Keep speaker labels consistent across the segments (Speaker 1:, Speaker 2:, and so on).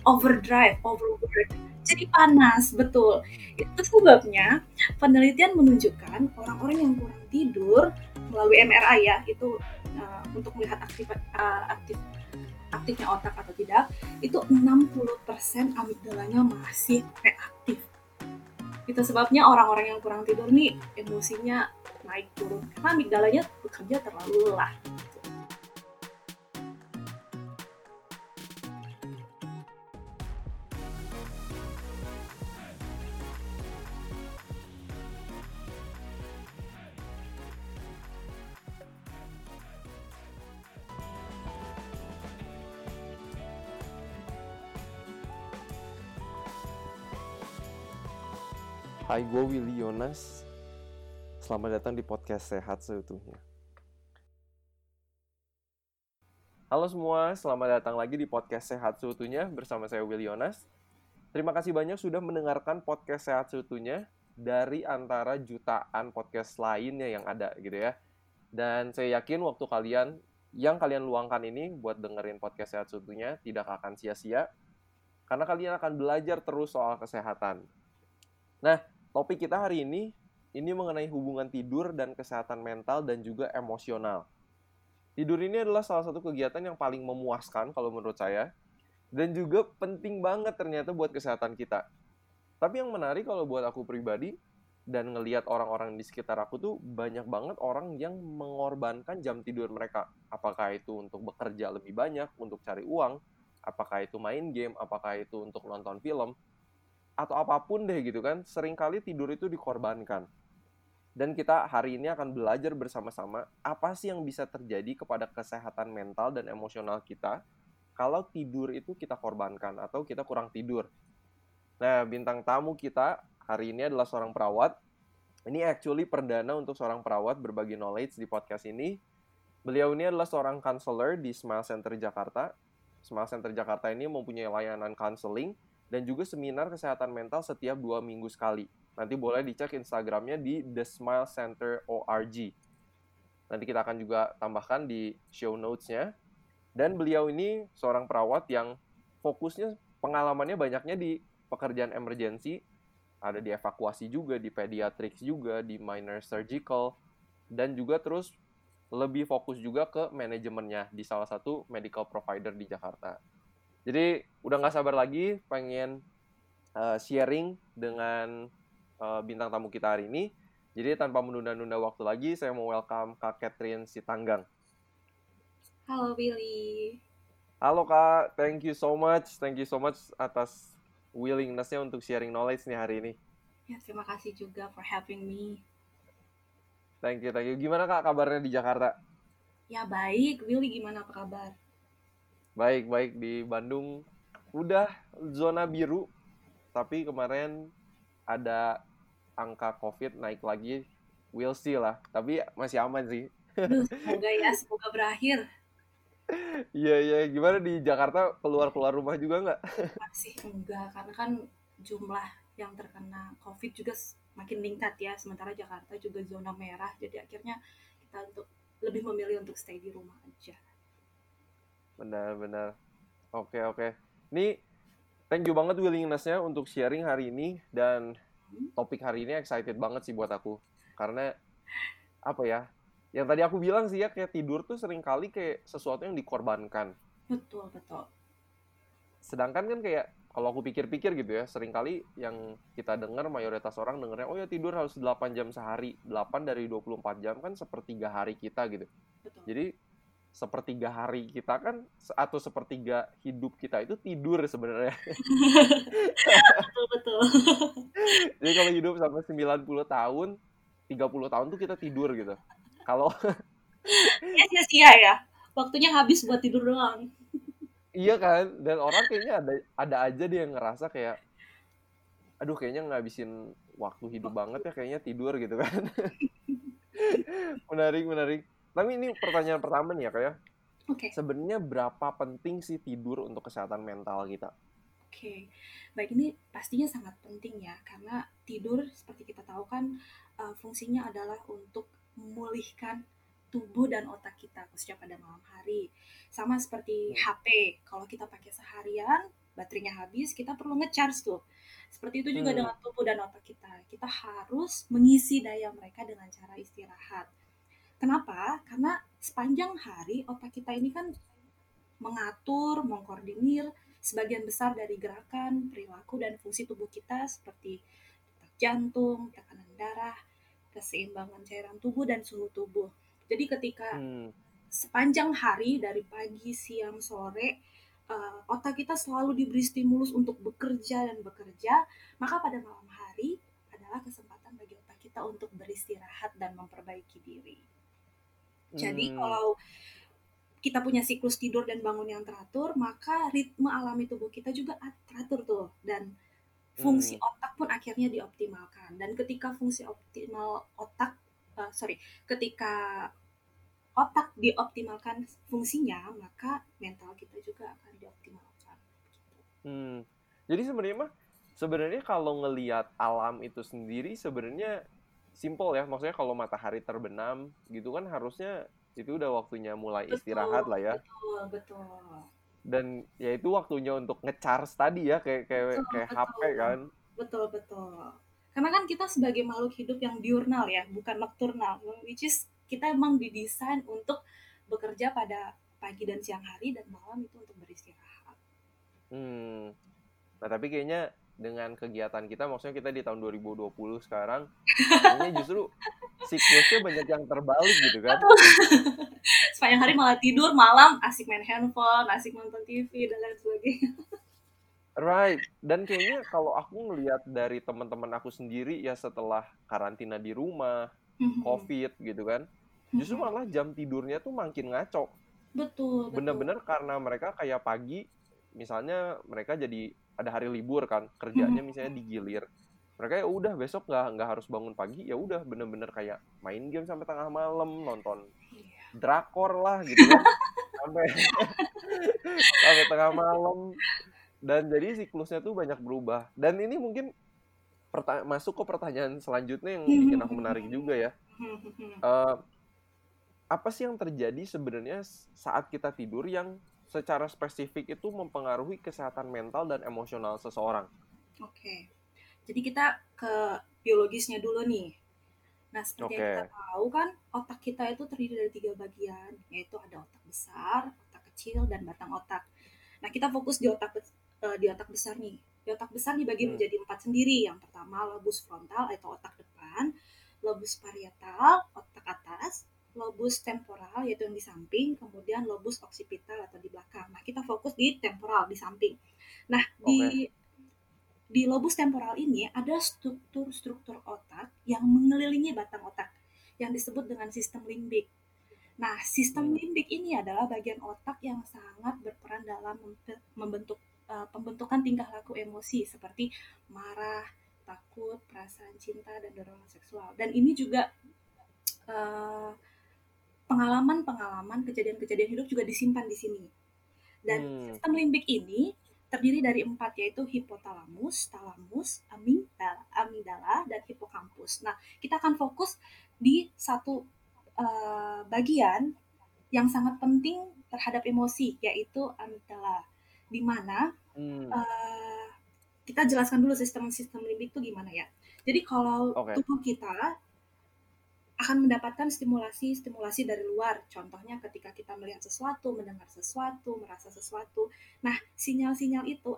Speaker 1: overdrive, overwork, jadi panas, betul. Itu sebabnya penelitian menunjukkan orang-orang yang kurang tidur melalui MRI ya, itu untuk melihat aktifnya otak atau tidak, itu 60% amigdalanya masih reaktif. Itu sebabnya orang-orang yang kurang tidur nih emosinya naik turun karena amigdalanya bekerja terlalu lelah.
Speaker 2: Hai, gue Willy Yonas. Selamat datang di podcast Sehat Seutuhnya. Halo semua, selamat datang lagi di podcast Sehat Seutuhnya bersama saya Willy Yonas. Terima kasih banyak sudah mendengarkan podcast Sehat Seutuhnya dari antara jutaan podcast lainnya yang ada gitu ya. Dan saya yakin waktu yang kalian luangkan ini buat dengerin podcast Sehat Seutuhnya tidak akan sia-sia karena kalian akan belajar terus soal kesehatan. Nah, topik kita hari ini mengenai hubungan tidur dan kesehatan mental dan juga emosional. Tidur ini adalah salah satu kegiatan yang paling memuaskan kalau menurut saya, dan juga penting banget ternyata buat kesehatan kita. Tapi yang menarik kalau buat aku pribadi, dan ngelihat orang-orang di sekitar aku tuh banyak banget orang yang mengorbankan jam tidur mereka. Apakah itu untuk bekerja lebih banyak, untuk cari uang, apakah itu main game, apakah itu untuk nonton film, atau apapun deh gitu kan, seringkali tidur itu dikorbankan. Dan kita hari ini akan belajar bersama-sama apa sih yang bisa terjadi kepada kesehatan mental dan emosional kita kalau tidur itu kita korbankan atau kita kurang tidur. Nah, bintang tamu kita hari ini adalah seorang perawat. Ini actually perdana untuk seorang perawat berbagi knowledge di podcast ini. Beliau ini adalah seorang counselor di Smile Center Jakarta. Smile Center Jakarta ini mempunyai layanan counseling dan juga seminar kesehatan mental setiap 2 minggu sekali. Nanti boleh dicek Instagramnya di The Smile Center ORG. Nanti kita akan juga tambahkan di show notes-nya. Dan beliau ini seorang perawat yang fokusnya pengalamannya banyaknya di pekerjaan emergency, ada di evakuasi juga, di pediatrics juga, di minor surgical, dan juga terus lebih fokus juga ke manajemennya di salah satu medical provider di Jakarta. Jadi udah nggak sabar lagi pengen sharing dengan bintang tamu kita hari ini. Jadi tanpa menunda-nunda waktu lagi, saya mau welcome Kak Catherine Sitanggang.
Speaker 1: Halo Billy.
Speaker 2: Halo Kak, thank you so much atas willingness-nya untuk sharing knowledge nih hari ini.
Speaker 1: Ya, terima kasih juga for having me.
Speaker 2: Thank you. Gimana Kak kabarnya di Jakarta?
Speaker 1: Ya baik, Billy gimana apa kabar?
Speaker 2: Baik di Bandung. Udah zona biru, tapi kemarin ada angka COVID naik lagi. We'll see lah, tapi masih aman sih.
Speaker 1: Duh, semoga ya, semoga berakhir.
Speaker 2: Iya, gimana di Jakarta keluar rumah juga nggak?
Speaker 1: Masih enggak, karena kan jumlah yang terkena COVID juga makin meningkat ya, sementara Jakarta juga zona merah, jadi akhirnya kita untuk lebih memilih untuk stay di rumah aja.
Speaker 2: Benar. Oke. Ini thank you banget willingness-nya untuk sharing hari ini, dan topik hari ini excited banget sih buat aku. Karena apa ya? Yang tadi aku bilang sih ya, kayak tidur tuh sering kali kayak sesuatu yang dikorbankan.
Speaker 1: Betul, betul.
Speaker 2: Sedangkan kan kayak kalau aku pikir-pikir gitu ya, sering kali yang kita dengar mayoritas orang dengarnya, oh ya tidur harus 8 jam sehari. 8 dari 24 jam kan sepertiga hari kita gitu.
Speaker 1: Betul.
Speaker 2: Jadi sepertiga hari kita kan, atau sepertiga hidup kita itu tidur sebenarnya.
Speaker 1: Betul.
Speaker 2: Jadi kalau hidup sampai 90 tahun, 30 tahun tuh kita tidur gitu. Kalau
Speaker 1: Ya sia-sia ya, waktunya habis buat tidur doang.
Speaker 2: iya kan, dan orang kayaknya ada aja dia yang ngerasa kayak, aduh kayaknya ngabisin waktu hidup banget ya kayaknya tidur gitu kan. Menarik. Tapi ini pertanyaan pertama nih ya kayak,
Speaker 1: Oke.
Speaker 2: sebenarnya berapa penting sih tidur untuk kesehatan mental kita?
Speaker 1: Oke, baik, ini pastinya sangat penting ya, karena tidur seperti kita tahu kan fungsinya adalah untuk memulihkan tubuh dan otak kita khususnya pada malam hari. Sama seperti HP, kalau kita pakai seharian, baterainya habis, kita perlu nge-charge tuh. Seperti itu juga
Speaker 2: Hmm.
Speaker 1: dengan tubuh dan otak kita. Kita harus mengisi daya mereka dengan cara istirahat. Kenapa? Karena sepanjang hari otak kita ini kan mengatur, mengkoordinir sebagian besar dari gerakan, perilaku, dan fungsi tubuh kita seperti detak jantung, tekanan darah, keseimbangan cairan tubuh, dan suhu tubuh. Jadi ketika
Speaker 2: Hmm.
Speaker 1: sepanjang hari dari pagi, siang, sore, otak kita selalu diberi stimulus untuk bekerja dan bekerja, maka pada malam hari adalah kesempatan bagi otak kita untuk beristirahat dan memperbaiki diri. Jadi
Speaker 2: Hmm.
Speaker 1: kalau kita punya siklus tidur dan bangun yang teratur, maka ritme alami tubuh kita juga teratur tuh, dan fungsi
Speaker 2: Hmm.
Speaker 1: otak pun akhirnya dioptimalkan. Dan ketika fungsi optimal otak, ketika otak dioptimalkan fungsinya, maka mental kita juga akan dioptimalkan.
Speaker 2: Hmm. Jadi sebenarnya kalau ngelihat alam itu sendiri sebenarnya simple ya. Maksudnya kalau matahari terbenam gitu kan harusnya itu udah waktunya mulai
Speaker 1: Betul,
Speaker 2: istirahat lah ya.
Speaker 1: betul, betul.
Speaker 2: Dan ya itu waktunya untuk nge-charge tadi ya kayak kayak
Speaker 1: Betul,
Speaker 2: kayak HP
Speaker 1: betul.
Speaker 2: kan.
Speaker 1: Betul, betul. Karena kan kita sebagai makhluk hidup yang diurnal ya, bukan nokturnal. Which is kita emang didesain untuk bekerja pada pagi dan siang hari, dan malam itu untuk beristirahat.
Speaker 2: Hmm. Nah, tapi kayaknya dengan kegiatan kita maksudnya kita di tahun 2020 sekarang kayaknya justru siklusnya banyak yang terbalik gitu kan.
Speaker 1: Betul. Sepanjang hari malah tidur, malam asik main handphone, asik nonton TV, dan lain sebagainya.
Speaker 2: Right. Dan kayaknya kalau aku ngelihat dari teman-teman aku sendiri ya setelah karantina di rumah, COVID gitu kan, justru malah jam tidurnya tuh makin ngaco.
Speaker 1: Betul, betul.
Speaker 2: Bener-bener karena mereka kayak pagi, misalnya mereka jadi ada hari libur kan, kerjanya misalnya digilir. Mereka ya udah besok nggak harus bangun pagi, ya udah bener-bener kayak main game sampai tengah malam, nonton drakor lah gitu kan, sampai sampai tengah malam. Dan jadi siklusnya tuh banyak berubah. Dan ini mungkin masuk ke pertanyaan selanjutnya yang bikin aku menarik juga ya. Eh, apa sih yang terjadi sebenarnya saat kita tidur yang secara spesifik itu mempengaruhi kesehatan mental dan emosional seseorang?
Speaker 1: Oke. Jadi kita ke biologisnya dulu nih. Nah, seperti yang kita
Speaker 2: Oke.
Speaker 1: tahu kan, otak kita itu terdiri dari 3 bagian, yaitu ada otak besar, otak kecil, dan batang otak. Nah, kita fokus di otak besar nih. Di otak besar dibagi
Speaker 2: Hmm.
Speaker 1: menjadi 4 sendiri. Yang pertama lobus frontal atau otak depan, lobus parietal, otak atas, lobus temporal yaitu yang di samping, kemudian lobus occipital atau di belakang. Nah, kita fokus di temporal di samping. Nah,
Speaker 2: Oke.
Speaker 1: di lobus temporal ini ada struktur-struktur otak yang mengelilingi batang otak yang disebut dengan sistem limbik. Nah, sistem
Speaker 2: Hmm.
Speaker 1: limbik ini adalah bagian otak yang sangat berperan dalam membentuk pembentukan tingkah laku emosi seperti marah, takut, perasaan cinta, dan dorongan seksual. Dan ini juga uh, pengalaman-pengalaman, kejadian-kejadian hidup juga disimpan di sini. Dan
Speaker 2: Hmm.
Speaker 1: sistem limbik ini terdiri dari 4, yaitu hipotalamus, talamus, amigdala, dan hipokampus. Nah, kita akan fokus di satu bagian yang sangat penting terhadap emosi, yaitu amigdala. Di mana
Speaker 2: Hmm.
Speaker 1: uh, kita jelaskan dulu sistem-sistem limbik itu gimana ya. Jadi kalau
Speaker 2: Oke.
Speaker 1: tubuh kita akan mendapatkan stimulasi dari luar. Contohnya ketika kita melihat sesuatu, mendengar sesuatu, merasa sesuatu. Nah, sinyal-sinyal itu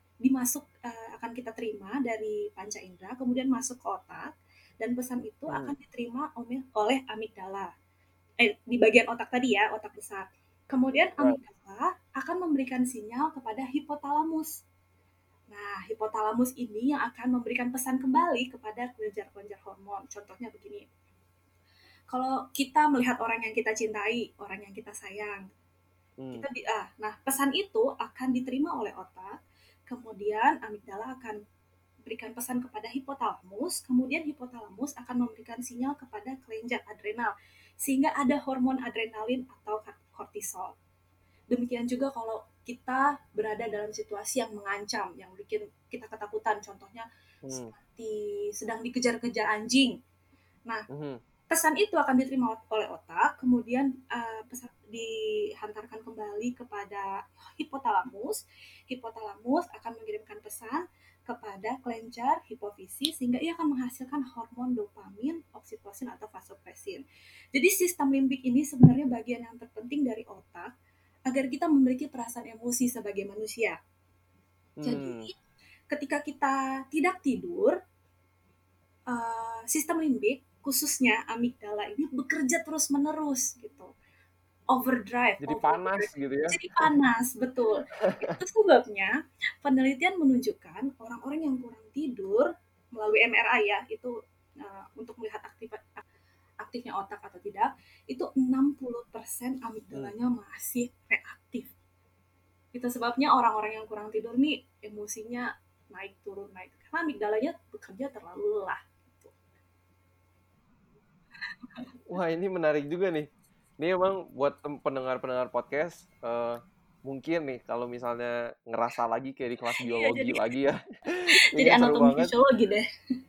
Speaker 1: akan kita terima dari panca indera, kemudian masuk ke otak, dan pesan itu
Speaker 2: Hmm.
Speaker 1: akan diterima oleh amigdala. Di bagian otak tadi ya, otak besar. Kemudian
Speaker 2: Right.
Speaker 1: amigdala akan memberikan sinyal kepada hipotalamus. Nah, hipotalamus ini yang akan memberikan pesan kembali kepada kelenjar-kelenjar hormon. Contohnya begini, kalau kita melihat orang yang kita cintai, orang yang kita sayang,
Speaker 2: Hmm.
Speaker 1: nah pesan itu akan diterima oleh otak, kemudian amigdala akan berikan pesan kepada hipotalamus, kemudian hipotalamus akan memberikan sinyal kepada kelenjar adrenal, sehingga ada hormon adrenalin atau kortisol. Demikian juga kalau kita berada dalam situasi yang mengancam, yang bikin kita ketakutan, contohnya
Speaker 2: Hmm.
Speaker 1: seperti sedang dikejar-kejar anjing. Nah,
Speaker 2: Hmm.
Speaker 1: pesan itu akan diterima oleh otak, kemudian dihantarkan kembali kepada hipotalamus. Hipotalamus akan mengirimkan pesan kepada kelenjar hipofisis sehingga ia akan menghasilkan hormon dopamin, oksitosin atau vasopresin. Jadi sistem limbik ini sebenarnya bagian yang terpenting dari otak agar kita memiliki perasaan emosi sebagai manusia. Jadi ketika kita tidak tidur, sistem limbik khususnya amigdala ini bekerja terus-menerus gitu. Overdrive.
Speaker 2: Jadi panas gitu ya.
Speaker 1: Jadi panas, betul. Itu sebabnya penelitian menunjukkan orang-orang yang kurang tidur melalui MRI ya, itu untuk melihat aktifnya otak atau tidak, itu 60% amigdalanya masih reaktif. Itu sebabnya orang-orang yang kurang tidur nih emosinya naik turun karena amigdalanya bekerja terlalu lelah.
Speaker 2: Wah, ini menarik juga nih. Ini emang buat pendengar-pendengar podcast, mungkin nih kalau misalnya ngerasa lagi kayak di kelas biologi lagi ya.
Speaker 1: Jadi
Speaker 2: Kayaknya seru
Speaker 1: anatomi
Speaker 2: banget.
Speaker 1: fisiologi deh.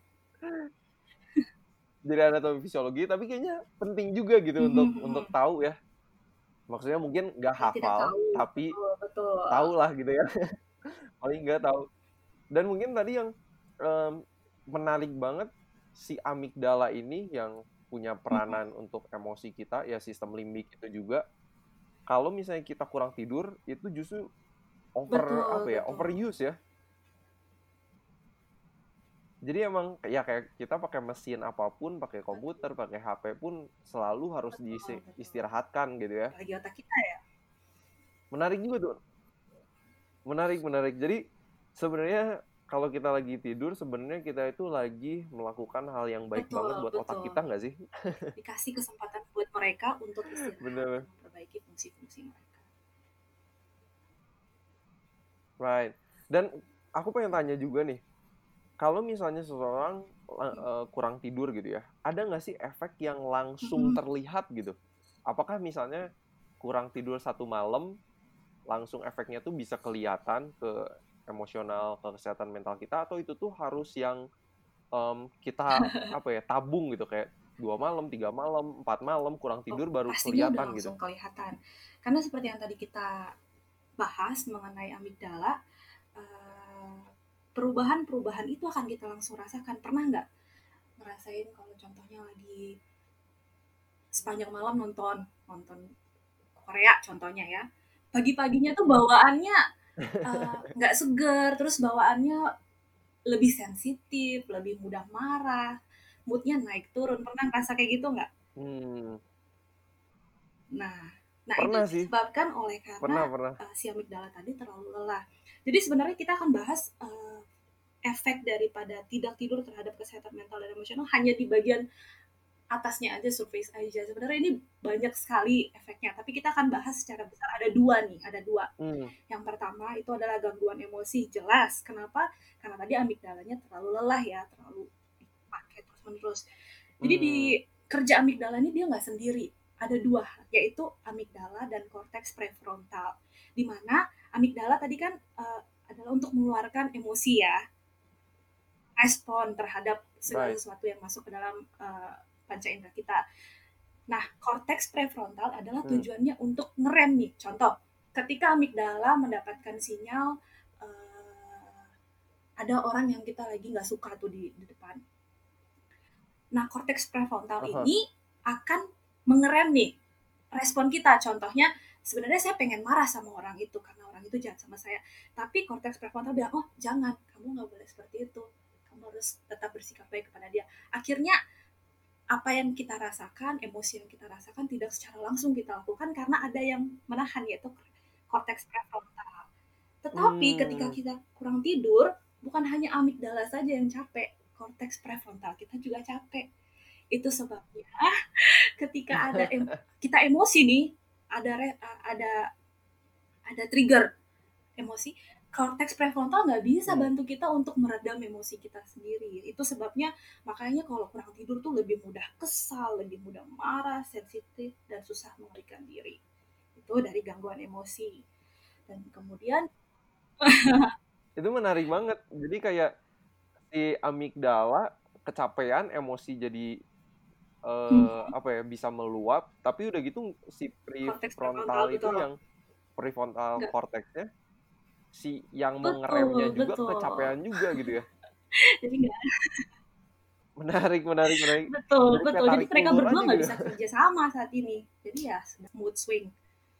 Speaker 2: Jadi anatomi fisiologi, tapi kayaknya penting juga gitu untuk tahu ya. Maksudnya mungkin nggak hafal,
Speaker 1: tahu,
Speaker 2: tapi
Speaker 1: betul.
Speaker 2: tahu lah gitu ya. Paling nggak tahu. Dan mungkin tadi yang menarik banget, si amigdala ini yang punya peranan untuk emosi kita, ya sistem limbik itu juga. Kalau misalnya kita kurang tidur, itu justru overuse ya. Jadi emang ya kayak kita pakai mesin apapun, pakai komputer, pakai HP pun selalu harus diistirahatkan gitu ya.
Speaker 1: Lagi otak kita ya.
Speaker 2: Menarik juga tuh. Menarik. Jadi sebenarnya kalau kita lagi tidur, sebenarnya kita itu lagi melakukan hal yang baik banget buat otak kita nggak sih?
Speaker 1: Dikasih kesempatan buat mereka untuk istirahat dan memperbaiki fungsi-fungsi mereka.
Speaker 2: Right. Dan aku pengen tanya juga nih, kalau misalnya seseorang kurang tidur gitu ya, ada nggak sih efek yang langsung terlihat gitu? Apakah misalnya kurang tidur 1 malam, langsung efeknya tuh bisa kelihatan ke emosional, ke kesehatan mental kita, atau itu tuh harus yang kita tabung gitu, kayak 2 malam, 3 malam, 4 malam kurang tidur baru
Speaker 1: pastinya
Speaker 2: kelihatan
Speaker 1: udah
Speaker 2: gitu?
Speaker 1: langsung kelihatan. Karena seperti yang tadi kita bahas mengenai amigdala, perubahan-perubahan itu akan kita langsung rasakan. Pernah nggak ngerasain kalau contohnya lagi sepanjang malam nonton Korea contohnya ya, pagi-paginya tuh bawaannya nggak seger, terus bawaannya lebih sensitif, lebih mudah marah, moodnya naik turun. Pernah ngerasa kayak gitu nggak? Nah
Speaker 2: Pernah
Speaker 1: itu disebabkan oleh karena si amigdala tadi terlalu lelah. Jadi sebenarnya kita akan bahas efek daripada tidak tidur terhadap kesehatan mental dan emosional hanya di bagian atasnya aja, surface aja. Sebenarnya ini banyak sekali efeknya, tapi kita akan bahas secara besar. Ada dua. Yang pertama itu adalah gangguan emosi. Jelas, kenapa? Karena tadi amigdalanya terlalu lelah ya, terlalu dipakai terus-menerus. Jadi di kerja amigdala ini dia nggak sendiri. Ada 2, yaitu amigdala dan korteks prefrontal. Di mana amigdala tadi kan adalah untuk mengeluarkan emosi ya, respon terhadap segala sesuatu yang masuk ke dalam panca indera kita. Nah, korteks prefrontal adalah tujuannya untuk ngerem nih. Contoh, ketika amigdala mendapatkan sinyal ada orang yang kita lagi nggak suka tuh di depan. Nah, korteks prefrontal ini akan mengerem nih respon kita. Contohnya, sebenarnya saya pengen marah sama orang itu karena orang itu jahat sama saya. Tapi korteks prefrontal bilang, oh jangan, kamu nggak boleh seperti itu. Kamu harus tetap bersikap baik kepada dia. Akhirnya apa yang kita rasakan, emosi yang kita rasakan tidak secara langsung kita lakukan karena ada yang menahan, yaitu korteks prefrontal. Tetapi ketika kita kurang tidur, bukan hanya amigdala saja yang capek, korteks prefrontal kita juga capek. Itu sebabnya ketika ada kita emosi nih, ada trigger emosi, korteks prefrontal nggak bisa bantu kita untuk meredam emosi kita sendiri. Itu sebabnya makanya kalau kurang tidur tuh lebih mudah kesal, lebih mudah marah, sensitif, dan susah mengendalikan diri. Itu dari gangguan emosi. Dan kemudian
Speaker 2: itu menarik banget. Jadi kayak si amigdala kecapean, emosi jadi apa ya, bisa meluap, tapi udah gitu si
Speaker 1: Korteks prefrontal,
Speaker 2: prefrontal itu
Speaker 1: betul.
Speaker 2: yang prefrontal
Speaker 1: Nggak,
Speaker 2: cortex-nya si yang mengeremnya
Speaker 1: betul,
Speaker 2: juga
Speaker 1: betul.
Speaker 2: kecapean juga gitu ya.
Speaker 1: Jadi nggak,
Speaker 2: Menarik, menarik, menarik.
Speaker 1: betul,
Speaker 2: Jadi kayak
Speaker 1: betul. Jadi
Speaker 2: tarik
Speaker 1: mereka
Speaker 2: ulur
Speaker 1: berdua
Speaker 2: aja
Speaker 1: nggak
Speaker 2: gitu.
Speaker 1: bisa kerja sama saat ini. Jadi ya mood swing,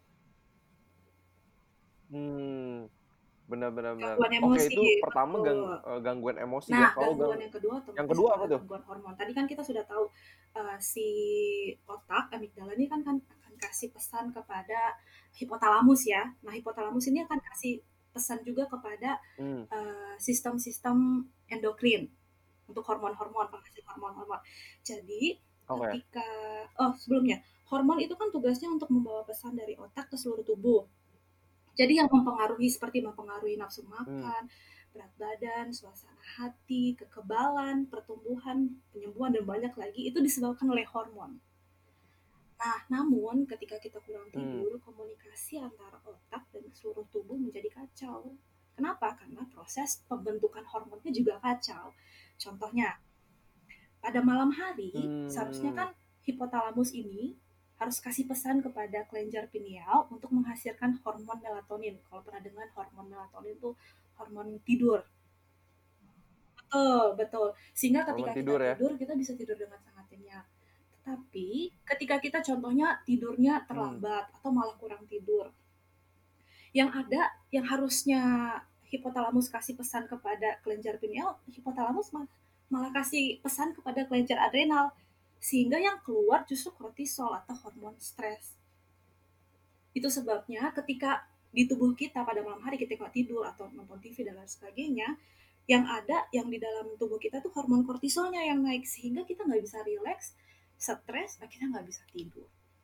Speaker 2: Hmm, benar, benar, benar.
Speaker 1: gangguan
Speaker 2: Oke,
Speaker 1: emosi,
Speaker 2: itu pertama
Speaker 1: betul.
Speaker 2: gangguan emosi ya.
Speaker 1: Nah,
Speaker 2: Kalau
Speaker 1: gangguan yang kedua
Speaker 2: yang
Speaker 1: otomatis
Speaker 2: kedua apa
Speaker 1: adalah
Speaker 2: tuh?
Speaker 1: gangguan hormon. Tadi kan kita sudah tahu si otak amigdala ini kan akan kasih pesan kepada hipotalamus ya. Nah, hipotalamus ini akan kasih pesan juga kepada
Speaker 2: Hmm,
Speaker 1: sistem-sistem endokrin untuk hormon-hormon, penghasil hormon-hormon. Jadi,
Speaker 2: oke.
Speaker 1: ketika sebelumnya, hormon itu kan tugasnya untuk membawa pesan dari otak ke seluruh tubuh. Jadi yang mempengaruhi seperti mempengaruhi nafsu
Speaker 2: Hmm,
Speaker 1: makan, berat badan, suasana hati, kekebalan, pertumbuhan, penyembuhan, dan banyak lagi itu disebabkan oleh hormon. Nah, namun ketika kita kurang
Speaker 2: hmm,
Speaker 1: tidur, komunikasi antara otak dan seluruh tubuh menjadi kacau. Kenapa? Karena proses pembentukan hormonnya juga kacau. Contohnya, pada malam hari seharusnya
Speaker 2: hmm,
Speaker 1: kan hipotalamus ini harus kasih pesan kepada kelenjar pineal untuk menghasilkan hormon melatonin. Kalau pernah dengar hormon melatonin itu hormon tidur. Betul, betul. Sehingga
Speaker 2: hormon
Speaker 1: ketika kita
Speaker 2: tidur ya.
Speaker 1: tidur, kita bisa tidur dengan sangat nyenyak. Tetapi ketika kita contohnya tidurnya
Speaker 2: Hmm,
Speaker 1: terlambat atau malah kurang tidur, yang ada yang harusnya hipotalamus kasih pesan kepada kelenjar pineal, hipotalamus malah kasih pesan kepada kelenjar adrenal, sehingga yang keluar justru kortisol atau hormon stres. Itu sebabnya ketika di tubuh kita pada malam hari kita nggak tidur atau nonton TV dan lain sebagainya, yang ada yang di dalam tubuh kita tuh hormon kortisolnya yang naik, sehingga kita nggak bisa rileks, stres, akhirnya nggak bisa tidur.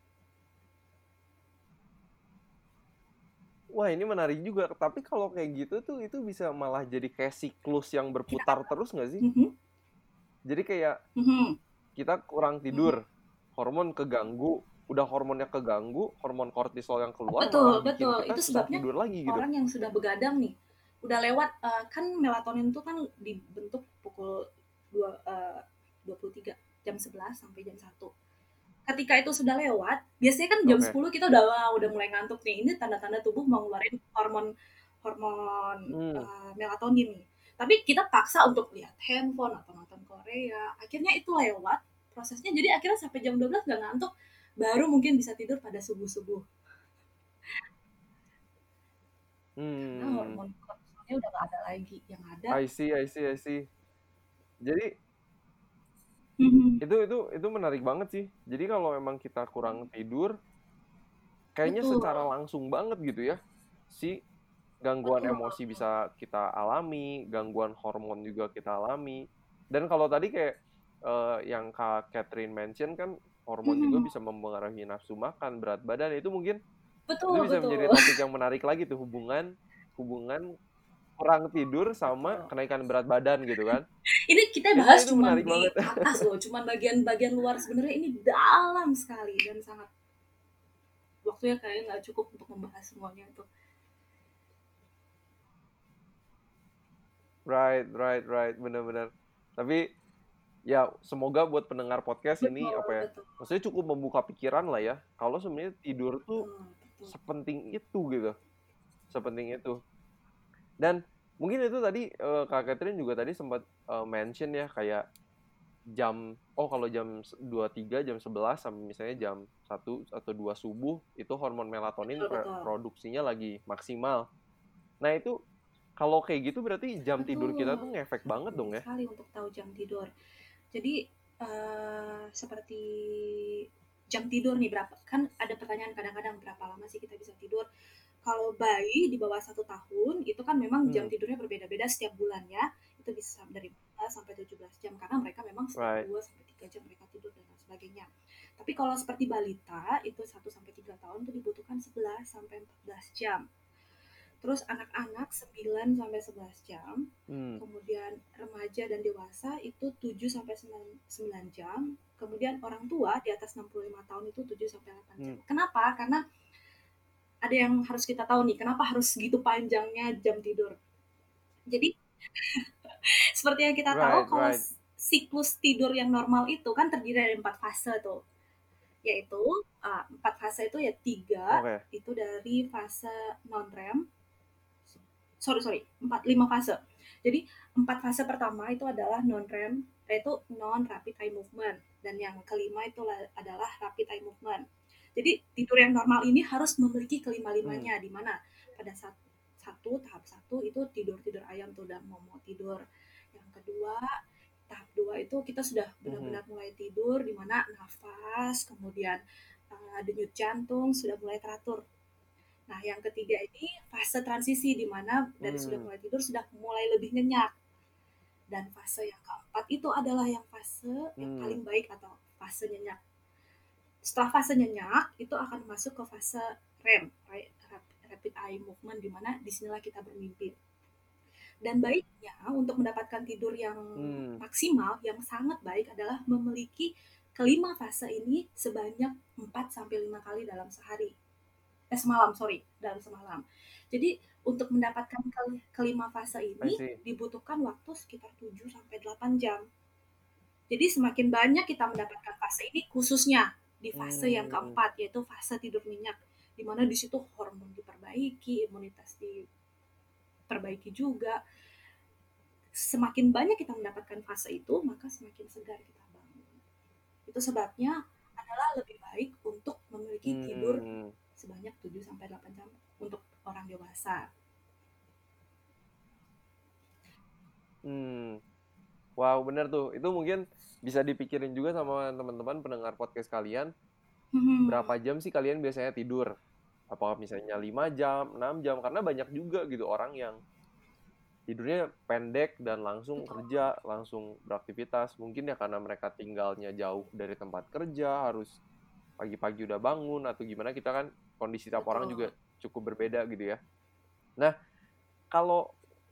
Speaker 2: wah ini menarik juga. Tapi kalau kayak gitu tuh itu bisa malah jadi kayak siklus yang
Speaker 1: Kita,
Speaker 2: berputar terus nggak sih?
Speaker 1: mm-hmm,
Speaker 2: Jadi kayak
Speaker 1: mm-hmm,
Speaker 2: kita kurang
Speaker 1: mm-hmm.
Speaker 2: tidur, hormon keganggu, udah hormonnya keganggu, hormon kortisol yang keluar malah
Speaker 1: Betul,
Speaker 2: bikin
Speaker 1: betul.
Speaker 2: kita
Speaker 1: Itu
Speaker 2: susah
Speaker 1: sebabnya
Speaker 2: tidur lagi gitu.
Speaker 1: orang yang sudah begadang nih, udah lewat kan melatonin itu kan dibentuk pukul 2 23 jam 11 sampai jam 1. Ketika itu sudah lewat, biasanya kan jam
Speaker 2: Oke.
Speaker 1: 10 kita udah mulai ngantuk nih. Ini tanda-tanda tubuh mau ngeluarin hormon hormon
Speaker 2: Hmm.
Speaker 1: melatonin nih. Tapi kita paksa untuk lihat handphone atau nonton Korea. Akhirnya itu lewat prosesnya, jadi akhirnya sampai jam 12 nggak ngantuk, baru mungkin bisa tidur pada subuh-subuh. Karena
Speaker 2: Hmm.
Speaker 1: hormon kortisolnya udah nggak ada lagi. Yang ada,
Speaker 2: I see, I see, I see. Jadi
Speaker 1: hmm,
Speaker 2: itu menarik banget sih. Jadi kalau memang kita kurang tidur, kayaknya secara
Speaker 1: betul,
Speaker 2: langsung banget gitu ya. Si gangguan
Speaker 1: betul,
Speaker 2: emosi bisa kita alami, gangguan hormon juga kita alami. Dan kalau tadi kayak yang Kak Catherine mention kan hormon juga
Speaker 1: hmm,
Speaker 2: bisa mempengaruhi nafsu makan, berat badan itu mungkin itu
Speaker 1: betul,
Speaker 2: bisa menjadi
Speaker 1: betul,
Speaker 2: topik yang menarik lagi tuh hubungan hubungan kurang tidur sama
Speaker 1: betul.
Speaker 2: kenaikan berat badan gitu kan.
Speaker 1: Ini kita
Speaker 2: Itu
Speaker 1: bahas
Speaker 2: itu
Speaker 1: cuman
Speaker 2: menarik
Speaker 1: di
Speaker 2: banget.
Speaker 1: atas loh, cuman bagian-bagian luar, sebenarnya ini dalam sekali dan sangat, waktunya kayaknya nggak cukup untuk membahas semuanya itu.
Speaker 2: Right, right, right, benar-benar. Tapi ya semoga buat pendengar podcast ini
Speaker 1: Betul,
Speaker 2: apa ya,
Speaker 1: betul,
Speaker 2: maksudnya cukup membuka pikiran lah ya. Kalau sebenarnya tidur tuh
Speaker 1: betul, betul.
Speaker 2: sepenting itu gitu, sepenting itu. Dan mungkin itu tadi Kak Catherine juga tadi sempat mention ya kayak kalau jam 23 jam 11 sampai misalnya jam 1 atau 2 subuh itu hormon melatonin
Speaker 1: Betul, betul.
Speaker 2: produksinya lagi maksimal. Nah itu kalau kayak gitu berarti jam tidur kita
Speaker 1: Betul.
Speaker 2: tuh ngefek
Speaker 1: Sangat
Speaker 2: banget
Speaker 1: penting
Speaker 2: dong ya.
Speaker 1: sekali untuk tahu jam tidur. Jadi seperti jam tidur nih, berapa kan ada pertanyaan kadang-kadang, berapa lama sih kita bisa tidur? Kalau bayi di bawah 1 tahun itu kan memang jam
Speaker 2: Hmm,
Speaker 1: tidurnya berbeda-beda setiap bulan ya. Itu bisa dari 14 sampai 17 jam karena mereka memang setiap
Speaker 2: right.
Speaker 1: 2 sampai 3 jam mereka tidur dan lain sebagainya. Tapi kalau seperti balita itu 1 sampai 3 tahun itu dibutuhkan 11 sampai 14 jam. Terus anak-anak 9 sampai 11 jam.
Speaker 2: Hmm,
Speaker 1: Kemudian remaja dan dewasa itu 7 sampai 9 jam. Kemudian orang tua di atas 65 tahun itu 7 sampai 8 jam.
Speaker 2: hmm,
Speaker 1: Kenapa? Karena ada yang harus kita tahu nih, kenapa harus segitu panjangnya jam tidur. Jadi seperti yang kita tahu,
Speaker 2: right,
Speaker 1: kalau
Speaker 2: right.
Speaker 1: siklus tidur yang normal itu kan terdiri dari 4 fase tuh, yaitu 4 fase itu ya 3
Speaker 2: Oke.
Speaker 1: itu dari fase non-REM, sorry 5 fase. Jadi 4 fase pertama itu adalah non-REM, yaitu non rapid eye movement, dan yang kelima itu adalah rapid eye movement. Jadi tidur yang normal ini harus memiliki kelima-limanya, di mana pada saat tahap satu itu tidur ayam tuh udah mau tidur. Yang kedua, tahap 2 itu kita sudah benar-benar mulai tidur, di mana nafas, kemudian denyut jantung sudah mulai teratur. Nah, yang ketiga ini fase transisi, di mana dari sudah mulai tidur sudah mulai lebih nyenyak. Dan fase yang keempat itu adalah yang fase yang paling baik atau fase nyenyak. Setelah fase nyenyak itu akan masuk ke fase REM, rapid eye movement, di mana disinilah kita bermimpi. Dan baiknya untuk mendapatkan tidur yang maksimal, yang sangat baik adalah memiliki kelima fase ini sebanyak 4-5 kali dalam semalam. Jadi untuk mendapatkan kelima fase ini dibutuhkan waktu sekitar 7-8 jam. Jadi semakin banyak kita mendapatkan fase ini, khususnya di fase yang keempat, yaitu fase tidur nyenyak, di mana di situ hormon diperbaiki, imunitas diperbaiki juga. Semakin banyak kita mendapatkan fase itu, maka semakin segar kita bangun. Itu sebabnya adalah lebih baik untuk memiliki tidur sebanyak 7-8 jam untuk orang dewasa.
Speaker 2: Wow, bener tuh. Itu mungkin bisa dipikirin juga sama teman-teman pendengar podcast kalian. Berapa jam sih kalian biasanya tidur? Apakah misalnya 5 jam, 6 jam? Karena banyak juga gitu orang yang tidurnya pendek dan langsung kerja, langsung beraktivitas. Mungkin ya karena mereka tinggalnya jauh dari tempat kerja, harus pagi-pagi udah bangun, atau gimana, kita kan kondisi tiap orang juga cukup berbeda gitu ya. Nah, kalau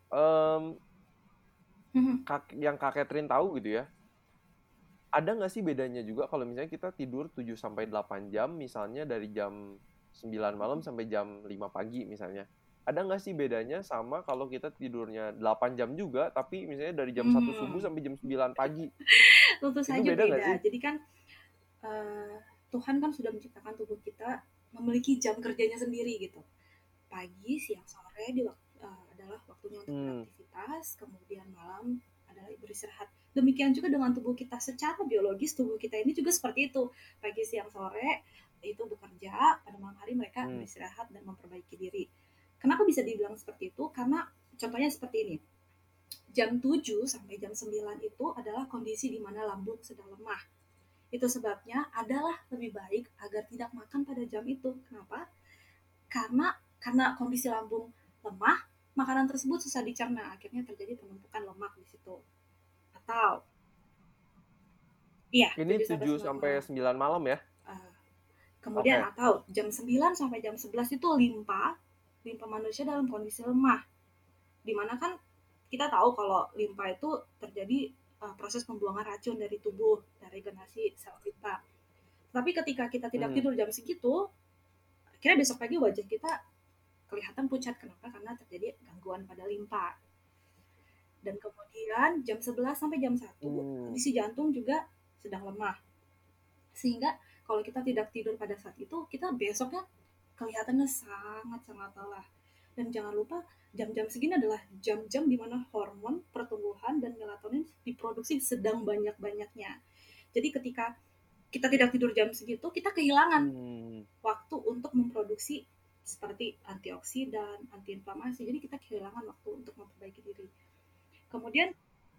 Speaker 2: yang Kak Catherine tahu gitu ya, ada nggak sih bedanya juga kalau misalnya kita tidur 7-8 jam, misalnya dari jam 9 malam sampai jam 5 pagi misalnya. Ada nggak sih bedanya sama kalau kita tidurnya 8 jam juga, tapi misalnya dari jam 1 subuh sampai jam 9 pagi?
Speaker 1: Tentu saja
Speaker 2: beda nggak sih?
Speaker 1: beda. Jadi kan Tuhan kan sudah menciptakan tubuh kita memiliki jam kerjanya sendiri gitu. Pagi, siang, sore adalah waktunya untuk beraktivitas, kemudian malam adalah beristirahat. Demikian juga dengan tubuh kita, secara biologis tubuh kita ini juga seperti itu. Pagi, siang, sore itu bekerja, pada malam hari mereka beristirahat dan memperbaiki diri. Kenapa bisa dibilang seperti itu? Karena contohnya seperti ini. Jam 7 sampai jam 9 itu adalah kondisi di mana lambung sedang lemah. Itu sebabnya adalah lebih baik agar tidak makan pada jam itu. Kenapa? Karena kondisi lambung lemah, makanan tersebut susah dicerna, akhirnya terjadi penumpukan lemak di situ. Atau
Speaker 2: ini 7 sampai 9 malam ya?
Speaker 1: Kemudian atau jam 9 sampai jam 11 itu limpa manusia dalam kondisi lemah. Dimana kan kita tahu kalau limpa itu terjadi proses pembuangan racun dari tubuh, dari regenerasi sel limpa. Tapi ketika kita tidak tidur jam segitu, akhirnya besok pagi wajah kita kelihatan pucat. Kenapa? Karena terjadi gangguan pada limpa. Dan kemudian jam 11 sampai jam 1 kondisi jantung juga sedang lemah. Sehingga kalau kita tidak tidur pada saat itu, kita besoknya kelihatannya sangat-sangat lelah. Dan jangan lupa jam-jam segini adalah jam-jam di mana hormon pertumbuhan dan melatonin diproduksi sedang banyak-banyaknya. Jadi ketika kita tidak tidur jam segitu, kita kehilangan waktu untuk memproduksi seperti antioksidan, antiinflamasi. Jadi kita kehilangan waktu untuk memperbaiki diri. Kemudian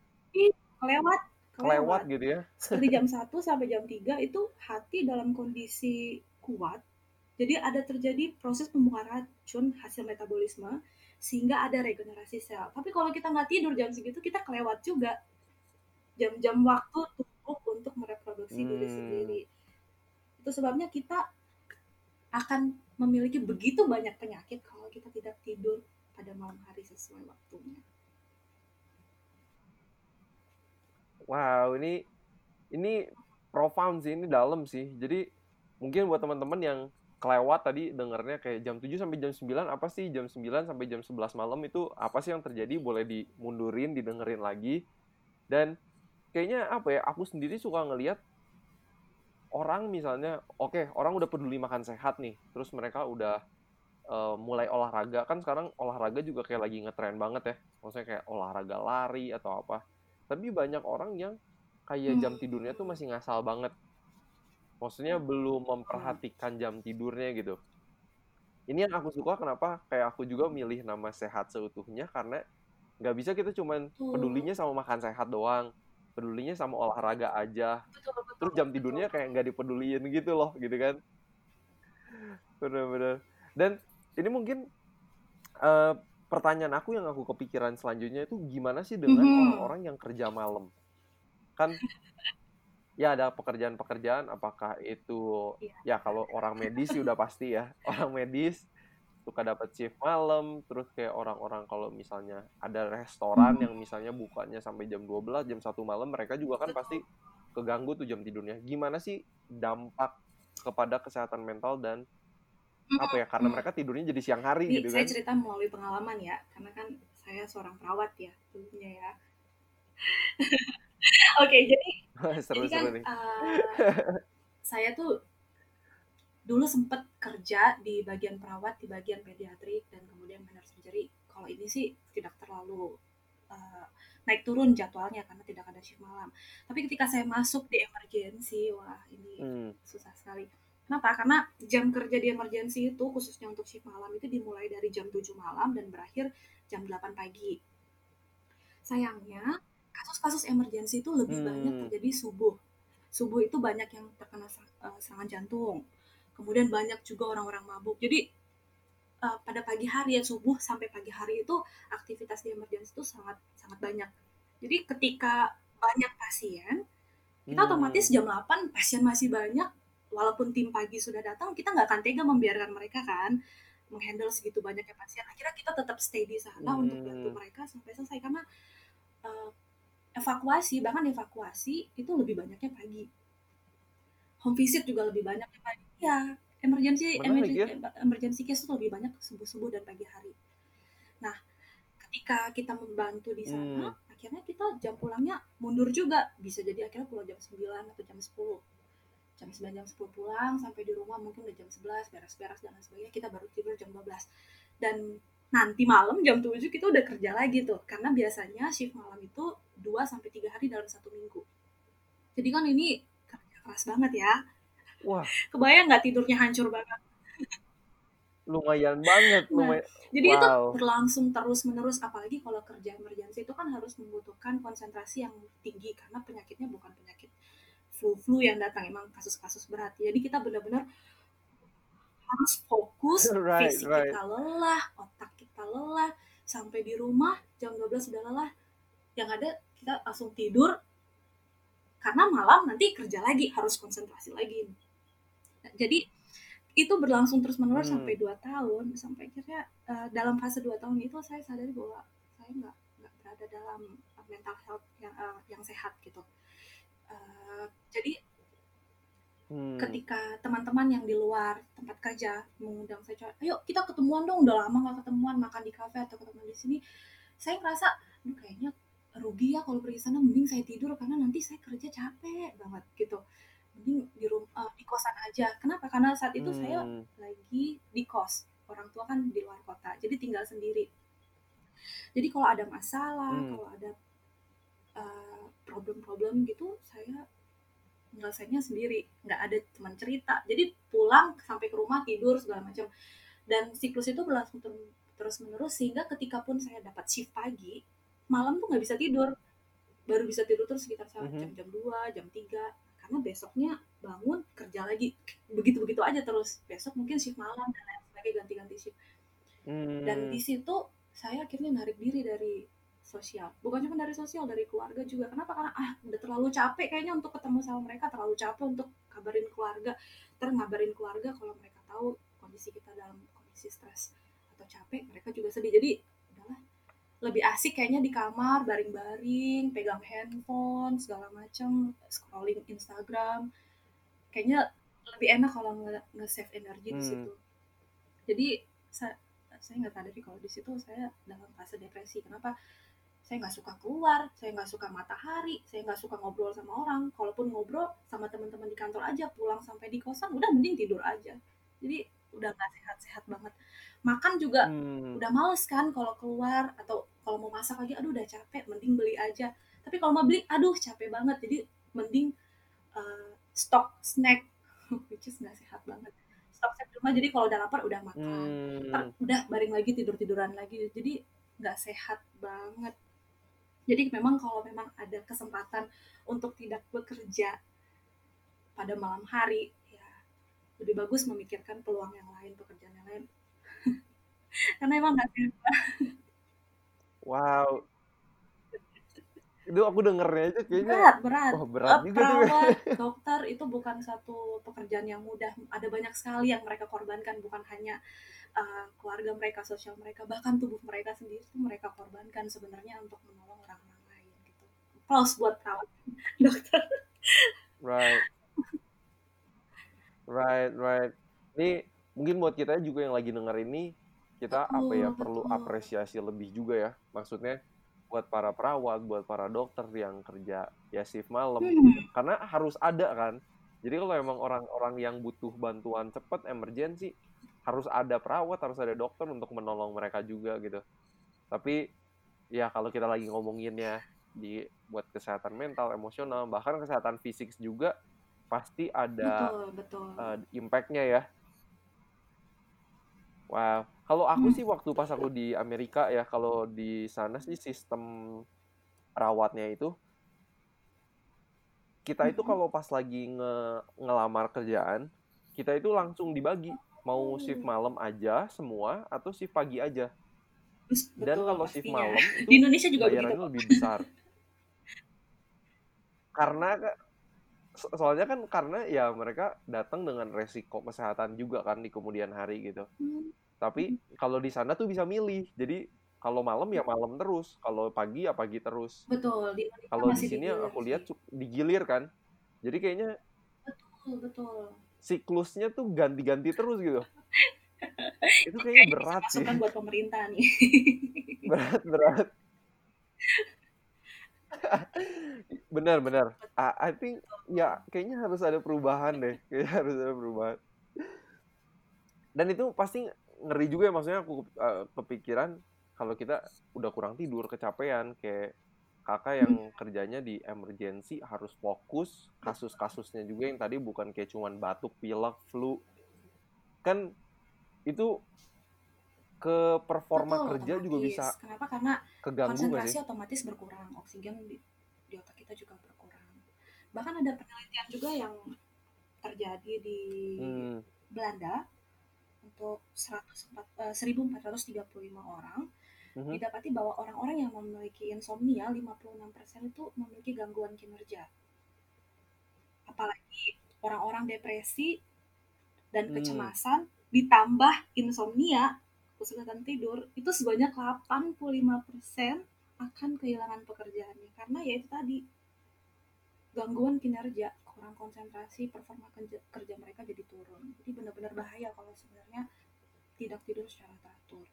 Speaker 1: kelewat
Speaker 2: gitu ya.
Speaker 1: Seperti jam 1 sampai jam 3 itu hati dalam kondisi kuat. Jadi ada terjadi proses pembuangan racun hasil metabolisme sehingga ada regenerasi sel. Tapi kalau kita nggak tidur jam segitu, kita kelewat juga jam-jam waktu tubuh untuk mereproduksi diri sendiri. Itu sebabnya kita akan memiliki begitu banyak penyakit kalau kita tidak tidur pada malam hari sesuai waktunya.
Speaker 2: Wow, ini profound sih, ini dalam sih. Jadi mungkin buat teman-teman yang kelewat tadi dengarnya kayak jam 7 sampai jam 9 apa sih, jam 9 sampai jam 11 malam itu apa sih yang terjadi, boleh dimundurin, didengerin lagi. Dan kayaknya apa ya, aku sendiri suka ngelihat orang misalnya, oke, orang udah peduli makan sehat nih, terus mereka udah mulai olahraga. Kan sekarang olahraga juga kayak lagi ngetren banget ya, maksudnya kayak olahraga lari atau apa. Tapi banyak orang yang kayak
Speaker 1: Hmm.
Speaker 2: jam tidurnya tuh masih ngasal banget, maksudnya belum
Speaker 1: Hmm.
Speaker 2: memperhatikan jam tidurnya gitu. Ini yang aku suka, kenapa kayak aku juga milih nama Sehat Seutuhnya, karena nggak bisa kita cuman
Speaker 1: Betul.
Speaker 2: pedulinya sama makan sehat doang, pedulinya sama olahraga aja,
Speaker 1: Betul, betul,
Speaker 2: terus jam
Speaker 1: betul.
Speaker 2: tidurnya kayak nggak dipeduliin gitu loh, gitu kan. Bener-bener. Dan ini mungkin eh, pertanyaan aku yang aku kepikiran selanjutnya itu, gimana sih dengan
Speaker 1: Mhm.
Speaker 2: orang-orang yang kerja malam? Kan ya ada pekerjaan-pekerjaan, apakah itu
Speaker 1: Iya.
Speaker 2: ya kalau orang medis sih udah pasti ya, orang medis suka dapat shift malam, terus kayak orang-orang kalau misalnya ada restoran
Speaker 1: Mhm.
Speaker 2: yang misalnya bukanya sampai jam 12, jam 1 malam, mereka juga kan
Speaker 1: Betul.
Speaker 2: pasti keganggu tuh jam tidurnya. Gimana sih dampak kepada kesehatan mental dan apa ya, karena
Speaker 1: Mhm.
Speaker 2: mereka tidurnya jadi siang hari
Speaker 1: Ini
Speaker 2: gitu
Speaker 1: saya
Speaker 2: kan?
Speaker 1: cerita melalui pengalaman ya, karena kan saya seorang perawat ya dulunya ya. Oke, jadi kan
Speaker 2: Seru-seru nih.
Speaker 1: saya tuh dulu sempet kerja di bagian perawat, di bagian pediatrik, dan kemudian minor surgery. Kalau ini sih tidak terlalu uh, naik turun jadwalnya karena tidak ada shift malam. Tapi ketika saya masuk di emergency, wah ini
Speaker 2: Hmm.
Speaker 1: susah sekali. Kenapa? Karena jam kerja di emergency itu khususnya untuk shift malam itu dimulai dari jam 7 malam dan berakhir jam 8 pagi. Sayangnya, kasus-kasus emergency itu lebih banyak
Speaker 2: Hmm.
Speaker 1: terjadi subuh. Subuh itu banyak yang terkena serangan jantung. Kemudian banyak juga orang-orang mabuk. Jadi pada pagi hari ya, subuh sampai pagi hari itu aktivitas di emergency itu sangat sangat banyak. Jadi ketika banyak pasien, kita otomatis
Speaker 2: Hmm.
Speaker 1: jam 8 pasien masih banyak, walaupun tim pagi sudah datang, kita nggak akan tega membiarkan mereka kan menghandle segitu banyaknya pasien. Akhirnya kita tetap stay di sana untuk bantu
Speaker 2: Hmm.
Speaker 1: mereka sampai selesai, karena uh, bahkan evakuasi itu lebih banyaknya pagi. Home visit juga lebih banyaknya pagi. Ya, emergency
Speaker 2: Menarik
Speaker 1: emergency
Speaker 2: ya.
Speaker 1: emergency case itu lebih banyak subuh-subuh dan pagi hari. Nah, ketika kita membantu di sana,
Speaker 2: Hmm.
Speaker 1: akhirnya kita jam pulangnya mundur juga. Bisa jadi akhirnya pulang jam 9 atau jam 10. Jam 9, jam 10 pulang, sampai di rumah mungkin udah jam 11, beres-beres dan lain sebagainya. Kita baru tidur jam 12. Dan nanti malam jam 7 kita udah kerja lagi tuh. Karena biasanya shift malam itu 2 sampai 3 hari dalam satu minggu. Jadi kan ini kerja keras banget ya.
Speaker 2: Wah,
Speaker 1: Kebayang nggak tidurnya hancur banget?
Speaker 2: lumayan banget,
Speaker 1: Nah,
Speaker 2: lumayan.
Speaker 1: jadi itu
Speaker 2: Wow.
Speaker 1: berlangsung terus-menerus, apalagi kalau kerja emergency itu kan harus membutuhkan konsentrasi yang tinggi karena penyakitnya bukan penyakit flu-flu yang datang, emang kasus-kasus berat. Jadi kita benar-benar harus fokus,
Speaker 2: Right,
Speaker 1: fisik
Speaker 2: right.
Speaker 1: kita lelah, otak kita lelah, sampai di rumah jam 12 sudah lelah, yang ada kita langsung tidur karena malam nanti kerja lagi, harus konsentrasi lagi. Nah, jadi itu berlangsung terus menerus sampai
Speaker 2: Hmm.
Speaker 1: 2 tahun, sampai akhirnya dalam fase 2 tahun itu saya sadari bahwa saya nggak berada dalam mental health yang sehat gitu. Jadi
Speaker 2: Hmm.
Speaker 1: ketika teman-teman yang di luar tempat kerja mengundang saya, ayo kita ketemuan dong, udah lama nggak ketemuan, makan di kafe atau ketemuan di sini, saya ngerasa kayaknya rugi ya kalau pergi sana, mending saya tidur karena nanti saya kerja capek banget gitu, mending di rumah, di kosan aja. Kenapa? Karena saat itu saya
Speaker 2: Hmm.
Speaker 1: lagi di kos, orang tua kan di luar kota, jadi tinggal sendiri. Jadi kalau ada masalah,
Speaker 2: Hmm.
Speaker 1: kalau ada problem-problem gitu, saya nyelesainnya sendiri, nggak ada teman cerita. Jadi pulang sampai ke rumah tidur segala macam, dan siklus itu berlangsung terus menerus, sehingga ketika pun saya dapat shift pagi, malam tuh nggak bisa tidur, baru bisa tidur terus sekitar
Speaker 2: Mhm.
Speaker 1: jam-jam 2, jam 3, karena besoknya bangun kerja lagi, begitu-begitu aja terus, besok mungkin shift malam dan lain sebagainya, ganti-ganti shift. Dan di
Speaker 2: Hmm.
Speaker 1: situ saya akhirnya narik diri dari sosial, bukan cuma dari sosial, dari keluarga juga. Kenapa? Karena udah terlalu capek kayaknya untuk ketemu sama mereka, terlalu capek untuk kabarin keluarga, ngabarin keluarga kalau mereka tahu kondisi kita dalam kondisi stres atau capek, mereka juga sedih. Jadi udahlah, lebih asik kayaknya di kamar baring-baring, pegang handphone segala macam, scrolling Instagram, kayaknya lebih enak kalau nge-save energi di
Speaker 2: Hmm.
Speaker 1: situ. Jadi saya nggak sadari kalau di situ saya dalam fase depresi. Kenapa? Saya nggak suka keluar, saya nggak suka matahari, saya nggak suka ngobrol sama orang. Kalaupun ngobrol sama teman-teman di kantor aja, pulang sampai di kosan udah mending tidur aja. Jadi udah nggak sehat-sehat banget. Makan juga
Speaker 2: Hmm.
Speaker 1: udah males kan kalau keluar, atau kalau mau masak lagi aduh udah capek, mending beli aja. Tapi kalau mau beli aduh capek banget. Jadi mending stok snack, which is nggak sehat banget. Stok snack di rumah, jadi kalau udah lapar udah makan. Ntar
Speaker 2: Hmm.
Speaker 1: udah baring lagi, tidur-tiduran lagi. Jadi nggak sehat banget. Jadi memang kalau memang ada kesempatan untuk tidak bekerja pada malam hari, ya lebih bagus memikirkan peluang yang lain, pekerjaan yang lain. Karena emang nggak sehat.
Speaker 2: Wow, itu aku dengernya aja kayaknya,
Speaker 1: Berat, berat.
Speaker 2: wah berat juga tuh.
Speaker 1: Perawat, dokter itu bukan satu pekerjaan yang mudah. Ada banyak sekali yang mereka korbankan, bukan hanya keluarga mereka, sosial mereka, bahkan tubuh mereka sendiri itu mereka korbankan sebenarnya untuk menolong orang-orang lain gitu. Plus buat perawat, dokter.
Speaker 2: Right, right, right. Ini mungkin buat kita juga yang lagi denger ini, kita apa ya,
Speaker 1: Betul,
Speaker 2: perlu
Speaker 1: betul.
Speaker 2: apresiasi lebih juga ya. Maksudnya buat para perawat, buat para dokter yang kerja ya shift malam.
Speaker 1: Hmm,
Speaker 2: Karena harus ada kan. Jadi kalau emang orang-orang yang butuh bantuan cepat, emergency, harus ada perawat, harus ada dokter untuk menolong mereka juga gitu. Tapi ya kalau kita lagi ngomonginnya buat kesehatan mental, emosional, bahkan kesehatan fisik juga pasti ada
Speaker 1: betul, betul.
Speaker 2: impact-nya ya. Wah, kalau aku
Speaker 1: Hmm,
Speaker 2: sih waktu pas aku di Amerika ya, kalau di sana sih sistem perawatnya itu, kita itu
Speaker 1: mhm.
Speaker 2: kalau pas lagi ngelamar kerjaan, kita itu langsung dibagi, mau shift
Speaker 1: Oh,
Speaker 2: malam aja semua atau shift pagi aja. Dan
Speaker 1: betul
Speaker 2: kalau shift
Speaker 1: pastinya.
Speaker 2: malam
Speaker 1: Di
Speaker 2: itu
Speaker 1: Indonesia juga begitu
Speaker 2: bayarannya
Speaker 1: kok.
Speaker 2: lebih besar. Karena soalnya kan karena ya mereka datang dengan resiko kesehatan juga kan di kemudian hari gitu.
Speaker 1: Hmm,
Speaker 2: Tapi kalau di sana tuh bisa milih. Jadi kalau malam ya malam terus, kalau pagi ya pagi terus.
Speaker 1: betul, di Indonesia
Speaker 2: Kalau di
Speaker 1: masih
Speaker 2: sini yang
Speaker 1: digilir
Speaker 2: aku
Speaker 1: sih.
Speaker 2: lihat digilir kan. Jadi kayaknya
Speaker 1: Betul, betul.
Speaker 2: siklusnya tuh ganti-ganti terus gitu. Itu kayaknya
Speaker 1: Kayaknya bisa
Speaker 2: berat sih.
Speaker 1: masukan buat pemerintah nih.
Speaker 2: Berat, berat. Benar, benar. I think ya kayaknya harus ada perubahan deh. Kayaknya harus ada perubahan. Dan itu pasti ngeri juga ya, maksudnya aku kepikiran kalau kita udah kurang tidur, kecapean, kayak kakak yang
Speaker 1: Hmm,
Speaker 2: kerjanya di emergency harus fokus, kasus-kasusnya juga yang tadi bukan kayak cuman batuk, pilek, flu, kan itu ke performa
Speaker 1: betul,
Speaker 2: kerja juga bisa
Speaker 1: otomatis. Kenapa? Karena
Speaker 2: keganggu nggak sih?
Speaker 1: konsentrasi otomatis berkurang, oksigen di otak kita juga berkurang. Bahkan ada penelitian juga yang terjadi di
Speaker 2: Hmm.
Speaker 1: Belanda untuk 1.435 orang,
Speaker 2: Mhm.
Speaker 1: didapati bahwa orang-orang yang memiliki insomnia 56% itu memiliki gangguan kinerja. Apalagi orang-orang depresi dan
Speaker 2: Hmm.
Speaker 1: kecemasan ditambah insomnia, kesulitan tidur, itu sebanyak 85% akan kehilangan pekerjaannya. Karena ya itu tadi, gangguan kinerja, kurang konsentrasi, performa kerja mereka jadi turun. Jadi benar-benar bahaya kalau sebenarnya tidak tidur secara teratur.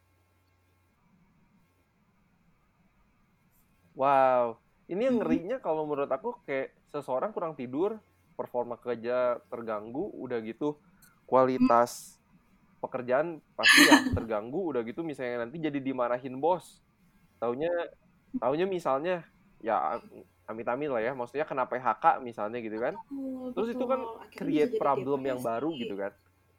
Speaker 2: Wow, ini yang
Speaker 1: Hmm,
Speaker 2: ngerinya kalau menurut aku kayak seseorang kurang tidur, performa kerja terganggu, udah gitu kualitas pekerjaan pasti ya terganggu, udah gitu misalnya nanti jadi dimarahin bos. Taunya taunya misalnya ya amit-amit lah ya, maksudnya kena PHK misalnya gitu kan.
Speaker 1: betul,
Speaker 2: Terus itu kan
Speaker 1: betul. Akhirnya bisa
Speaker 2: create
Speaker 1: jadi
Speaker 2: problem yang
Speaker 1: depresi.
Speaker 2: baru gitu kan.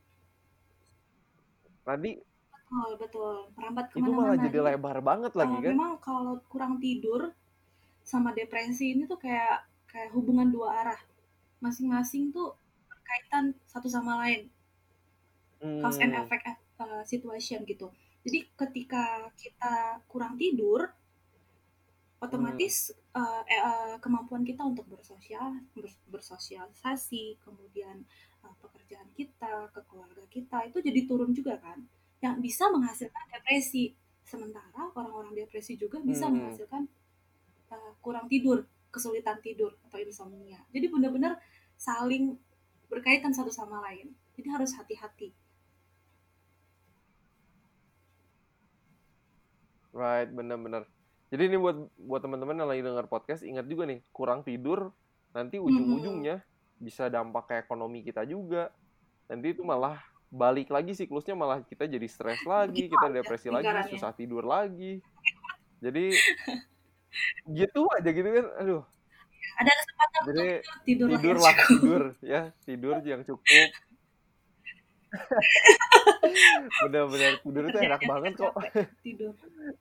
Speaker 2: Nanti
Speaker 1: Betul, betul. Merambat
Speaker 2: itu malah
Speaker 1: kemana-mana.
Speaker 2: jadi
Speaker 1: Jadi
Speaker 2: lebar banget lagi kan.
Speaker 1: memang kalau kurang tidur sama depresi ini tuh kayak kayak hubungan dua arah. Masing-masing tuh berkaitan satu sama lain. Cause and
Speaker 2: Hmm.
Speaker 1: effect situation gitu. Jadi ketika kita kurang tidur,
Speaker 2: Hmm.
Speaker 1: otomatis kemampuan kita untuk bersosialisasi, kemudian pekerjaan kita, ke keluarga kita itu jadi turun juga kan, yang bisa menghasilkan depresi. Sementara orang-orang depresi juga bisa
Speaker 2: Hmm.
Speaker 1: menghasilkan kurang tidur, kesulitan tidur atau insomnia. Jadi benar-benar saling berkaitan satu sama lain. Jadi harus hati-hati.
Speaker 2: Right, bener-bener. Jadi ini buat teman-teman yang lagi dengar podcast, ingat juga nih, kurang tidur nanti ujung-ujungnya bisa dampak ke ekonomi kita juga. Nanti itu malah balik lagi siklusnya, malah kita jadi stres lagi,
Speaker 1: Begitu
Speaker 2: kita
Speaker 1: aja
Speaker 2: depresi lagi,
Speaker 1: lingkarannya.
Speaker 2: susah tidur lagi. Jadi gitu aja gitu kan, aduh.
Speaker 1: Ada kesempatan untuk
Speaker 2: Jadi
Speaker 1: tidur, tidurlah yang
Speaker 2: tidurlah,
Speaker 1: cukup.
Speaker 2: tidur ya, tidur yang cukup. Benar-benar tidur itu enak
Speaker 1: Kerjanya kita
Speaker 2: banget kok.
Speaker 1: capek, tidur.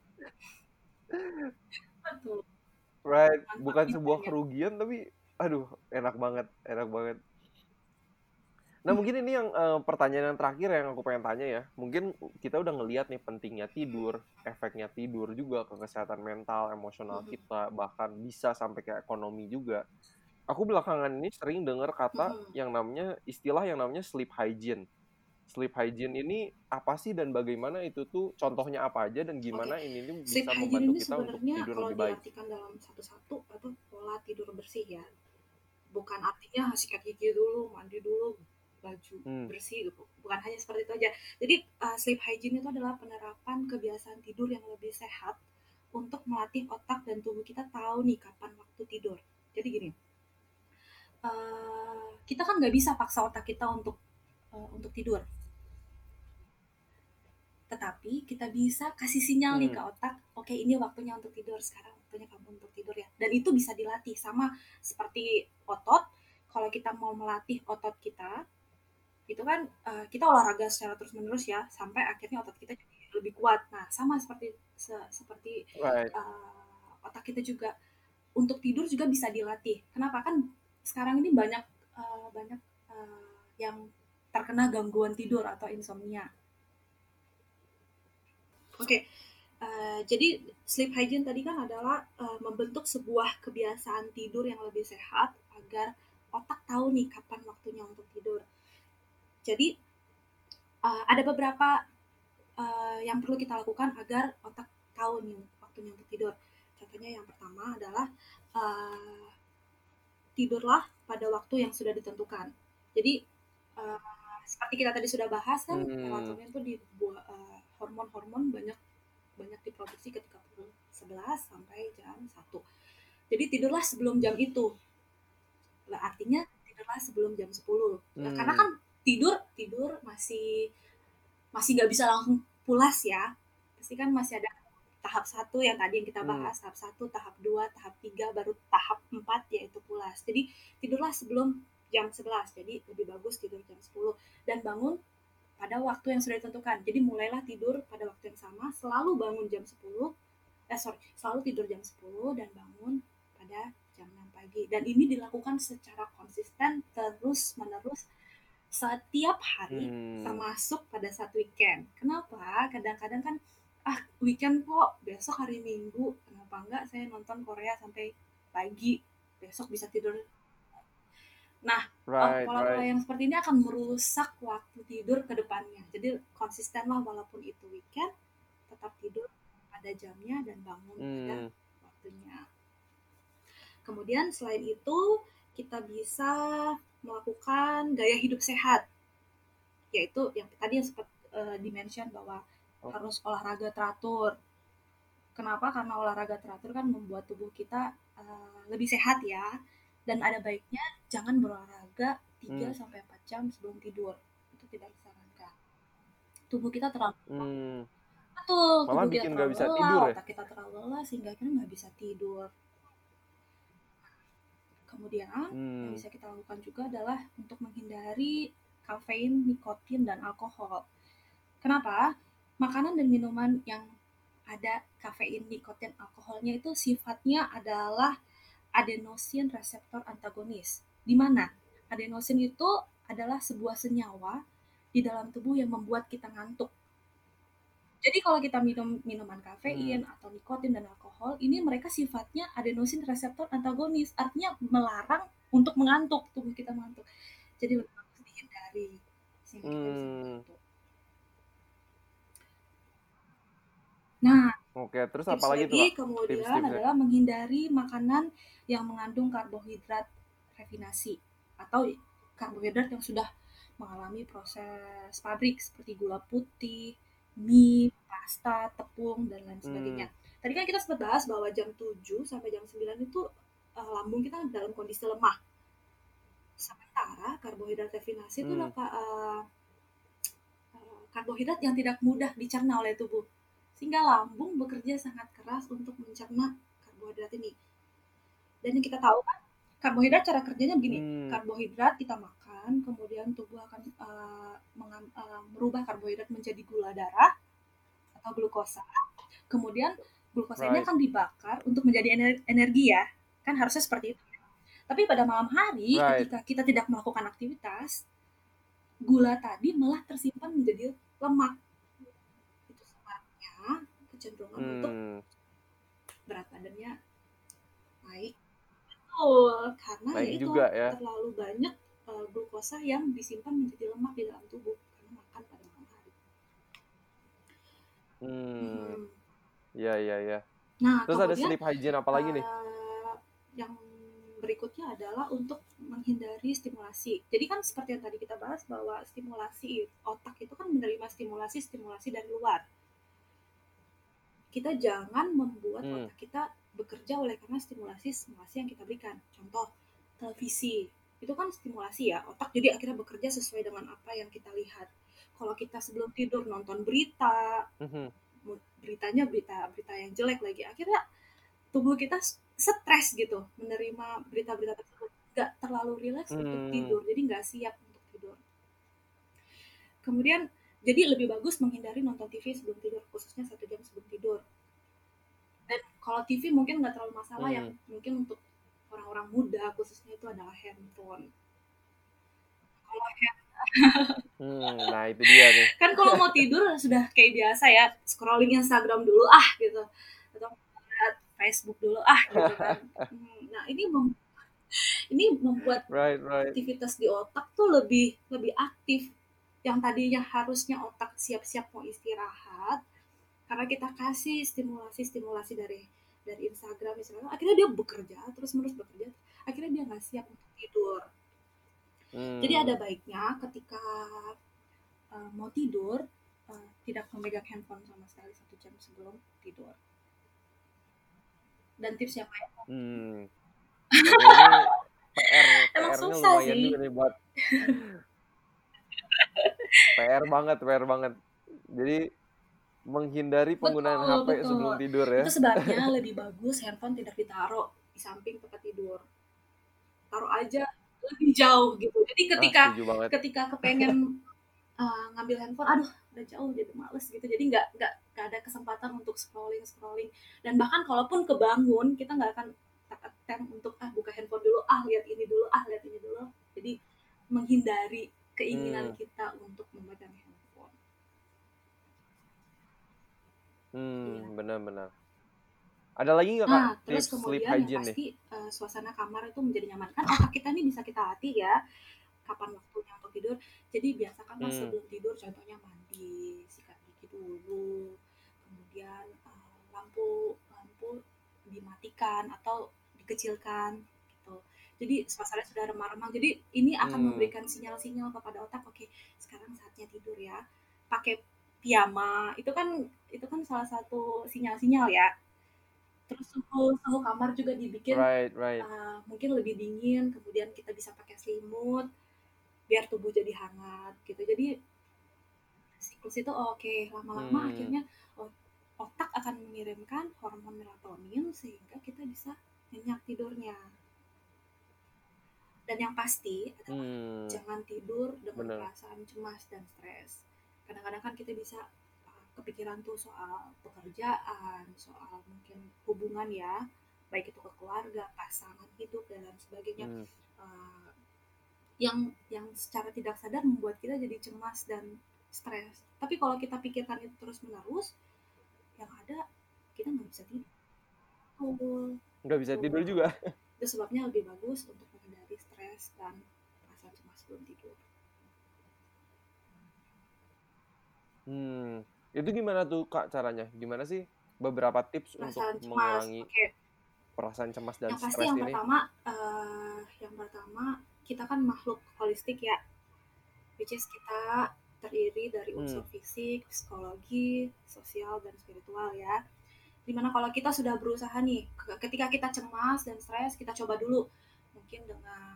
Speaker 1: Betul,
Speaker 2: Right,
Speaker 1: manfaat
Speaker 2: bukan
Speaker 1: yang
Speaker 2: sebuah
Speaker 1: banyak.
Speaker 2: kerugian tapi aduh, enak banget, enak banget. Nah, mungkin ini yang pertanyaan yang terakhir yang aku pengen tanya ya. Mungkin kita udah ngelihat nih pentingnya tidur, efeknya tidur juga ke kesehatan mental, emosional kita, bahkan bisa sampai ke ekonomi juga. Aku belakangan ini sering dengar kata yang namanya istilah yang namanya sleep hygiene. Sleep hygiene ini apa sih dan bagaimana itu tuh, contohnya apa aja dan
Speaker 1: Oke,
Speaker 2: gimana ini tuh
Speaker 1: sleep
Speaker 2: bisa
Speaker 1: hygiene
Speaker 2: membantu
Speaker 1: ini
Speaker 2: kita untuk
Speaker 1: sebenarnya
Speaker 2: tidur
Speaker 1: kalau
Speaker 2: lebih baik?
Speaker 1: diartikan dalam satu-satu atau pola tidur bersih ya. Bukan artinya sikat gigi dulu, mandi dulu, baju bersih gitu. Bukan hanya seperti itu aja. Jadi sleep hygiene itu adalah penerapan kebiasaan tidur yang lebih sehat untuk melatih otak dan tubuh kita tahu nih kapan waktu tidur. Jadi gini, kita kan nggak bisa paksa otak kita untuk tidur, tetapi kita bisa kasih sinyal nih ke otak, oke, ini waktunya untuk tidur, sekarang waktunya kamu untuk tidur ya. Dan itu bisa dilatih, sama seperti otot. Kalau kita mau melatih otot kita, itu kan kita olahraga secara terus menerus ya, sampai akhirnya otot kita jadi lebih kuat. Nah, sama seperti
Speaker 2: Right.
Speaker 1: otak kita juga untuk tidur juga bisa dilatih. Kenapa? Kan sekarang ini banyak banyak yang terkena gangguan tidur atau insomnia. Oke, jadi sleep hygiene tadi kan adalah membentuk sebuah kebiasaan tidur yang lebih sehat agar otak tahu nih kapan waktunya untuk tidur. Jadi ada beberapa yang perlu kita lakukan agar otak tahu nih waktunya untuk tidur. Contohnya yang pertama adalah uh, tidurlah pada waktu yang sudah ditentukan. Jadi seperti kita tadi sudah bahas kan, melatonin itu hormon-hormon banyak diproduksi ketika pukul 11 sampai jam 1. Jadi tidurlah sebelum jam itu. Nah, artinya tidurlah sebelum jam 10. Nah, karena kan tidur masih nggak bisa langsung pulas ya. Pasti kan masih ada tahap 1 yang tadi yang kita bahas, tahap 1, tahap 2, tahap 3, baru tahap 4 yaitu pulas. Jadi tidurlah sebelum jam 11. Jadi lebih bagus tidur jam 10 dan bangun pada waktu yang sudah ditentukan. Jadi mulailah tidur pada waktu yang sama, selalu bangun jam 10. Selalu tidur jam 10 dan bangun pada jam 6 pagi. Dan ini dilakukan secara konsisten terus-menerus setiap hari, termasuk pada saat weekend. Kenapa? Kadang-kadang kan weekend kok, besok hari Minggu, kenapa enggak saya nonton Korea sampai pagi, besok bisa tidur. Nah, pola-pola yang seperti ini akan merusak waktu tidur ke depannya. Jadi konsistenlah walaupun itu weekend, tetap tidur pada jamnya dan bangun pada waktunya. Kemudian selain itu, kita bisa melakukan gaya hidup sehat, yaitu yang tadi yang sempat dimention bahwa harus olahraga teratur. Kenapa? Karena olahraga teratur kan membuat tubuh kita lebih sehat ya. Dan ada baiknya jangan berolahraga 3-4 jam sebelum tidur. Itu tidak disarankan. Tubuh kita terlalu betul,
Speaker 2: malah
Speaker 1: tubuh kita
Speaker 2: bikin nggak
Speaker 1: terlalu
Speaker 2: bisa
Speaker 1: lelah,
Speaker 2: tidur ya?
Speaker 1: otak kita terlalu lelah sehingga kita nggak bisa tidur. Kemudian yang bisa kita lakukan juga adalah untuk menghindari kafein, nikotin, dan alkohol. Kenapa? Makanan dan minuman yang ada kafein, nikotin, alkoholnya itu sifatnya adalah adenosin reseptor antagonis. Di mana adenosin itu adalah sebuah senyawa di dalam tubuh yang membuat kita ngantuk. Jadi kalau kita minum minuman kafein atau nikotin dan alkohol, ini mereka sifatnya adenosin reseptor antagonis, artinya melarang untuk mengantuk, tubuh kita mengantuk. Jadi lebih bagus dihindari sehingga kita bisa mengantuk. Nah,
Speaker 2: oke, terus
Speaker 1: tips
Speaker 2: apa lagi tuh,
Speaker 1: lagi
Speaker 2: Kak?
Speaker 1: kemudian adalah menghindari makanan yang mengandung karbohidrat rafinasi atau karbohidrat yang sudah mengalami proses pabrik seperti gula putih, mie, pasta, tepung, dan lain
Speaker 2: Hmm.
Speaker 1: sebagainya. Tadi kan kita sempat bahas bahwa jam 7 sampai jam 9 itu lambung kita dalam kondisi lemah. Sementara karbohidrat rafinasi itu
Speaker 2: Hmm.
Speaker 1: karbohidrat yang tidak mudah dicerna oleh tubuh. Sehingga lambung bekerja sangat keras untuk mencerna karbohidrat ini. Dan yang kita tahu kan karbohidrat cara kerjanya begini.
Speaker 2: Hmm.
Speaker 1: Karbohidrat kita makan, kemudian tubuh akan merubah karbohidrat menjadi gula darah atau glukosa. Kemudian glukosa ini
Speaker 2: Right.
Speaker 1: akan dibakar untuk menjadi energi ya. Kan harusnya seperti itu. Tapi pada malam hari
Speaker 2: Right.
Speaker 1: ketika kita tidak melakukan aktivitas, gula tadi malah tersimpan menjadi lemak. Itu sebabnya kecenderungan untuk
Speaker 2: Hmm.
Speaker 1: berat badannya naik. Betul, karena ya
Speaker 2: Naik
Speaker 1: itu
Speaker 2: juga ya.
Speaker 1: terlalu banyak glukosa yang disimpan menjadi lemak di dalam tubuh karena makan pada malam hari.
Speaker 2: Hmm.
Speaker 1: Hmm.
Speaker 2: Ya, ya, ya.
Speaker 1: Nah,
Speaker 2: Terus ada
Speaker 1: kemudian
Speaker 2: sleep hygiene apa lagi nih?
Speaker 1: yang berikutnya adalah untuk menghindari stimulasi. Jadi kan seperti yang tadi kita bahas bahwa stimulasi otak itu kan menerima stimulasi dari luar. Kita jangan membuat
Speaker 2: Hmm.
Speaker 1: otak kita bekerja oleh karena stimulasi yang kita berikan. Contoh, televisi. Itu kan stimulasi ya, otak jadi akhirnya bekerja sesuai dengan apa yang kita lihat. Kalau kita sebelum tidur nonton berita,
Speaker 2: Mhm.
Speaker 1: beritanya berita yang jelek lagi, akhirnya tubuh kita stres gitu menerima berita-berita tersebut, nggak terlalu rileks untuk
Speaker 2: Hmm.
Speaker 1: tidur, jadi nggak siap untuk tidur. Kemudian jadi lebih bagus menghindari nonton TV sebelum tidur, khususnya 1 jam sebelum tidur. Dan kalau TV mungkin nggak terlalu masalah, yang
Speaker 2: Hmm.
Speaker 1: mungkin untuk orang-orang muda khususnya itu adalah handphone. Kalau
Speaker 2: Nah itu dia nih.
Speaker 1: kan kalau mau tidur sudah kayak biasa ya, scrolling Instagram dulu gitu, atau lihat Facebook dulu gitu kan. Nah ini membuat
Speaker 2: Right, right.
Speaker 1: aktivitas di otak tuh lebih lebih aktif. Yang tadinya harusnya otak siap-siap mau istirahat, karena kita kasih stimulasi-stimulasi dari Instagram misalnya, akhirnya dia bekerja terus menerus bekerja, akhirnya dia nggak siap untuk tidur. Jadi ada
Speaker 2: Hmm.
Speaker 1: baiknya ketika mau tidur tidak memegang handphone sama sekali 1 jam sebelum tidur. Dan tipsnya Pak,
Speaker 2: Hmm. Oke, ini
Speaker 1: emang
Speaker 2: PR-nya
Speaker 1: susah
Speaker 2: lumayan juga
Speaker 1: sih.
Speaker 2: nih buat PR banget, PR banget. Jadi menghindari penggunaan
Speaker 1: Betul,
Speaker 2: HP sebelum
Speaker 1: betul.
Speaker 2: tidur ya.
Speaker 1: Itu sebabnya lebih bagus handphone tidak ditaruh di samping tempat tidur. Taruh aja lebih jauh gitu. Jadi ketika
Speaker 2: Setuju banget.
Speaker 1: ketika kepengen ngambil handphone, aduh udah jauh jadi males gitu. Jadi nggak ada kesempatan untuk scrolling. Dan bahkan kalaupun kebangun, kita nggak akan attempt untuk buka handphone dulu, lihat ini dulu. Jadi menghindari keinginan
Speaker 2: Hmm.
Speaker 1: kita untuk memegang handphone. Iya.
Speaker 2: Benar-benar. Ada lagi nggak Kak
Speaker 1: Nah, terus
Speaker 2: tips sleep
Speaker 1: kemudian yang
Speaker 2: hygiene nih?
Speaker 1: pasti suasana kamar itu menjadi nyaman. Kan otak kita ini bisa kita latih ya, kapan waktunya untuk tidur. Jadi biasakanlah
Speaker 2: Hmm.
Speaker 1: sebelum tidur, contohnya mandi, sikat gigi dulu, kemudian lampu lampu dimatikan atau dikecilkan gitu. Jadi suasana sudah remang-remang. Jadi ini akan
Speaker 2: Hmm.
Speaker 1: memberikan sinyal-sinyal kepada otak, oke, sekarang saatnya tidur ya. Pakai piyama, itu kan salah satu sinyal-sinyal ya. Terus suhu suhu kamar juga dibikin
Speaker 2: Right, right.
Speaker 1: mungkin lebih dingin, kemudian kita bisa pakai selimut biar tubuh jadi hangat gitu. Jadi siklus itu oke, lama-lama
Speaker 2: Hmm.
Speaker 1: akhirnya otak akan mengirimkan hormon melatonin sehingga kita bisa nyenyak tidurnya. Dan yang pasti adalah
Speaker 2: Hmm.
Speaker 1: jangan tidur dengan
Speaker 2: Bener.
Speaker 1: perasaan cemas dan stres. Kadang-kadang kan kita bisa kepikiran tuh soal pekerjaan, soal mungkin hubungan ya, baik itu ke keluarga, pasangan hidup dan lain sebagainya.
Speaker 2: Hmm.
Speaker 1: Uh, yang secara tidak sadar membuat kita jadi cemas dan stres. Tapi kalau kita pikirkan itu terus menerus, yang ada kita nggak bisa tidur.
Speaker 2: Nggak bisa
Speaker 1: Tuh,
Speaker 2: tidur juga.
Speaker 1: itu sebabnya lebih bagus untuk menghindari stres dan rasa cemas sebelum tidur.
Speaker 2: Itu gimana tuh Kak caranya? Gimana sih beberapa tips untuk
Speaker 1: Perasaan cemas,
Speaker 2: mengurangi
Speaker 1: oke.
Speaker 2: perasaan cemas dan
Speaker 1: Yang pasti
Speaker 2: stres ini?
Speaker 1: yang pertama kita kan makhluk holistik ya, which is kita terdiri dari unsur fisik, psikologi, sosial, dan spiritual ya. Dimana kalau kita sudah berusaha nih, ketika kita cemas dan stres, kita coba dulu mungkin dengan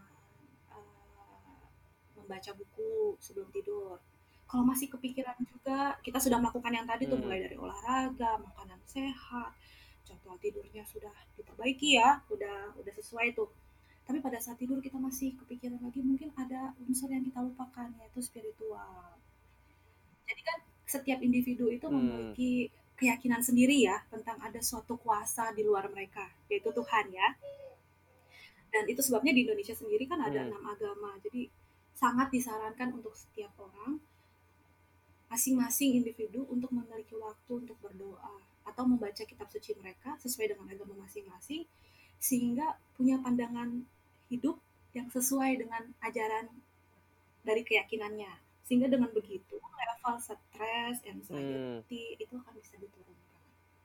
Speaker 1: membaca buku sebelum tidur. Kalau masih kepikiran juga, kita sudah melakukan yang tadi tuh, mulai dari olahraga, makanan sehat, jadwal tidurnya sudah diperbaiki ya, udah sesuai tuh. Tapi pada saat tidur kita masih kepikiran lagi, mungkin ada unsur yang kita lupakan, yaitu spiritual. Jadi kan setiap individu itu memiliki keyakinan sendiri ya tentang ada suatu kuasa di luar mereka, yaitu Tuhan ya. Dan itu sebabnya di Indonesia sendiri kan ada 6 agama. Jadi sangat disarankan untuk setiap orang, masing-masing individu untuk memiliki waktu untuk berdoa atau membaca kitab suci mereka sesuai dengan agama masing-masing, sehingga punya pandangan hidup yang sesuai dengan ajaran dari keyakinannya. Sehingga dengan begitu level stres, anxiety itu akan bisa diturunkan.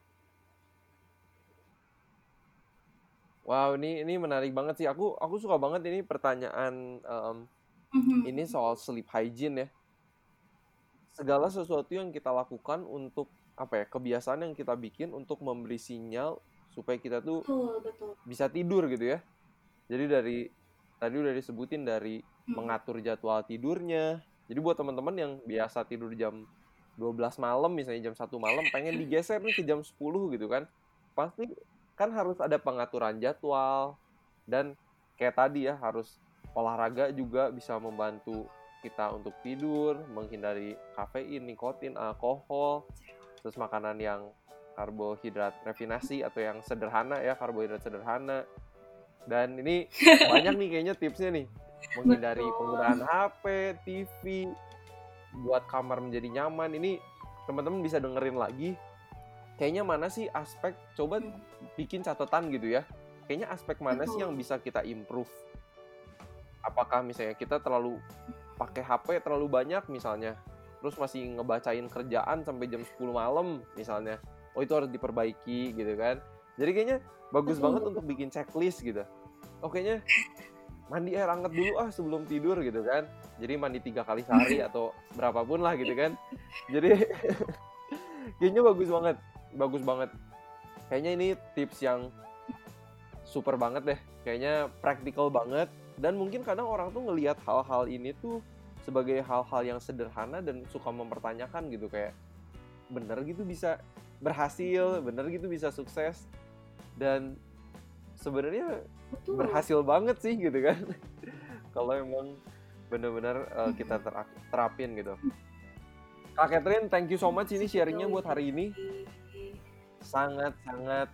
Speaker 2: Wow, ini menarik banget sih. Aku suka banget ini pertanyaan ini soal sleep hygiene ya. Segala sesuatu yang kita lakukan untuk kebiasaan yang kita bikin untuk memberi sinyal supaya kita tuh
Speaker 1: betul.
Speaker 2: bisa tidur gitu ya. Jadi tadi udah disebutin dari mengatur jadwal tidurnya. Jadi buat teman-teman yang biasa tidur jam 12 malam, misalnya jam 1 malam, pengen digeser nih ke jam 10 gitu kan. Pasti kan harus ada pengaturan jadwal. Dan kayak tadi ya, harus olahraga juga bisa membantu kita untuk tidur, menghindari kafein, nikotin, alkohol, terus makanan yang karbohidrat refinasi atau yang sederhana ya, karbohidrat sederhana. Dan ini banyak nih kayaknya tipsnya nih, menghindari penggunaan HP, TV, buat kamar menjadi nyaman. Ini teman-teman bisa dengerin lagi. Kayaknya mana sih aspek, coba bikin catatan gitu ya. Kayaknya aspek mana sih yang bisa kita improve? Apakah misalnya kita terlalu pakai HP terlalu banyak misalnya, terus masih ngebacain kerjaan sampai jam 10 malam misalnya. Oh, itu harus diperbaiki gitu kan. Jadi kayaknya bagus banget untuk bikin checklist gitu. Oh, kayaknya mandi air hangat dulu sebelum tidur gitu kan. Jadi mandi 3 kali sehari atau berapapun lah gitu kan. Jadi kayaknya bagus banget. Kayaknya ini tips yang super banget deh. Kayaknya praktikal banget. Dan mungkin kadang orang tuh ngelihat hal-hal ini tuh sebagai hal-hal yang sederhana dan suka mempertanyakan gitu, kayak bener gitu bisa berhasil, bener gitu bisa sukses. Dan sebenarnya berhasil banget sih gitu kan. Kalau emang benar-benar kita terapin gitu. Kak Catherine, thank you so much ini sharingnya buat hari ini. Sangat-sangat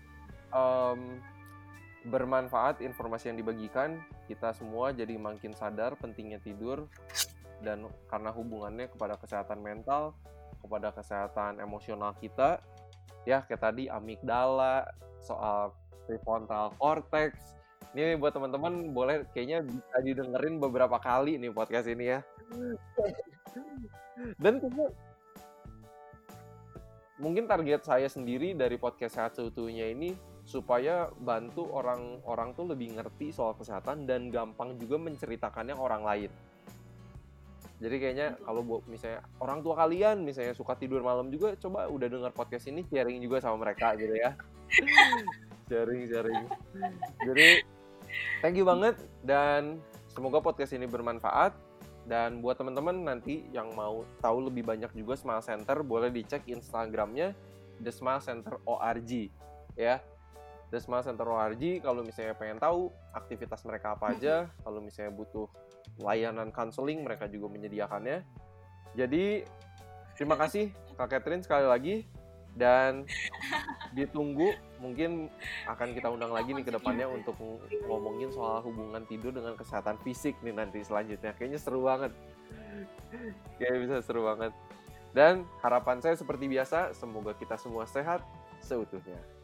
Speaker 2: bermanfaat informasi yang dibagikan. Kita semua jadi makin sadar pentingnya tidur, dan karena hubungannya kepada kesehatan mental, kepada kesehatan emosional kita. Ya, kayak tadi amigdala, soal prefrontal cortex. Ini buat teman-teman boleh kayaknya bisa didengerin beberapa kali nih podcast ini ya. Dan mungkin target saya sendiri dari podcast Sehat Seutuhnya ini supaya bantu orang-orang tuh lebih ngerti soal kesehatan dan gampang juga menceritakannya ke orang lain. Jadi kayaknya kalau misalnya orang tua kalian misalnya suka tidur malam juga, coba udah dengar podcast ini, sharing juga sama mereka gitu ya. sharing. Jadi thank you banget, dan semoga podcast ini bermanfaat. Dan buat teman-teman nanti yang mau tahu lebih banyak juga Smile Center, boleh dicek Instagramnya The Smile Center ORG ya. The Smile Center ORG, kalau misalnya pengen tahu aktivitas mereka apa aja, kalau misalnya butuh layanan counseling, mereka juga menyediakannya. Jadi terima kasih Kak Catherine sekali lagi, dan ditunggu, mungkin akan kita undang lagi nih ke depannya untuk ngomongin soal hubungan tidur dengan kesehatan fisik nih nanti selanjutnya. Kayaknya seru banget. Kayaknya bisa seru banget. Dan harapan saya seperti biasa, semoga kita semua sehat seutuhnya.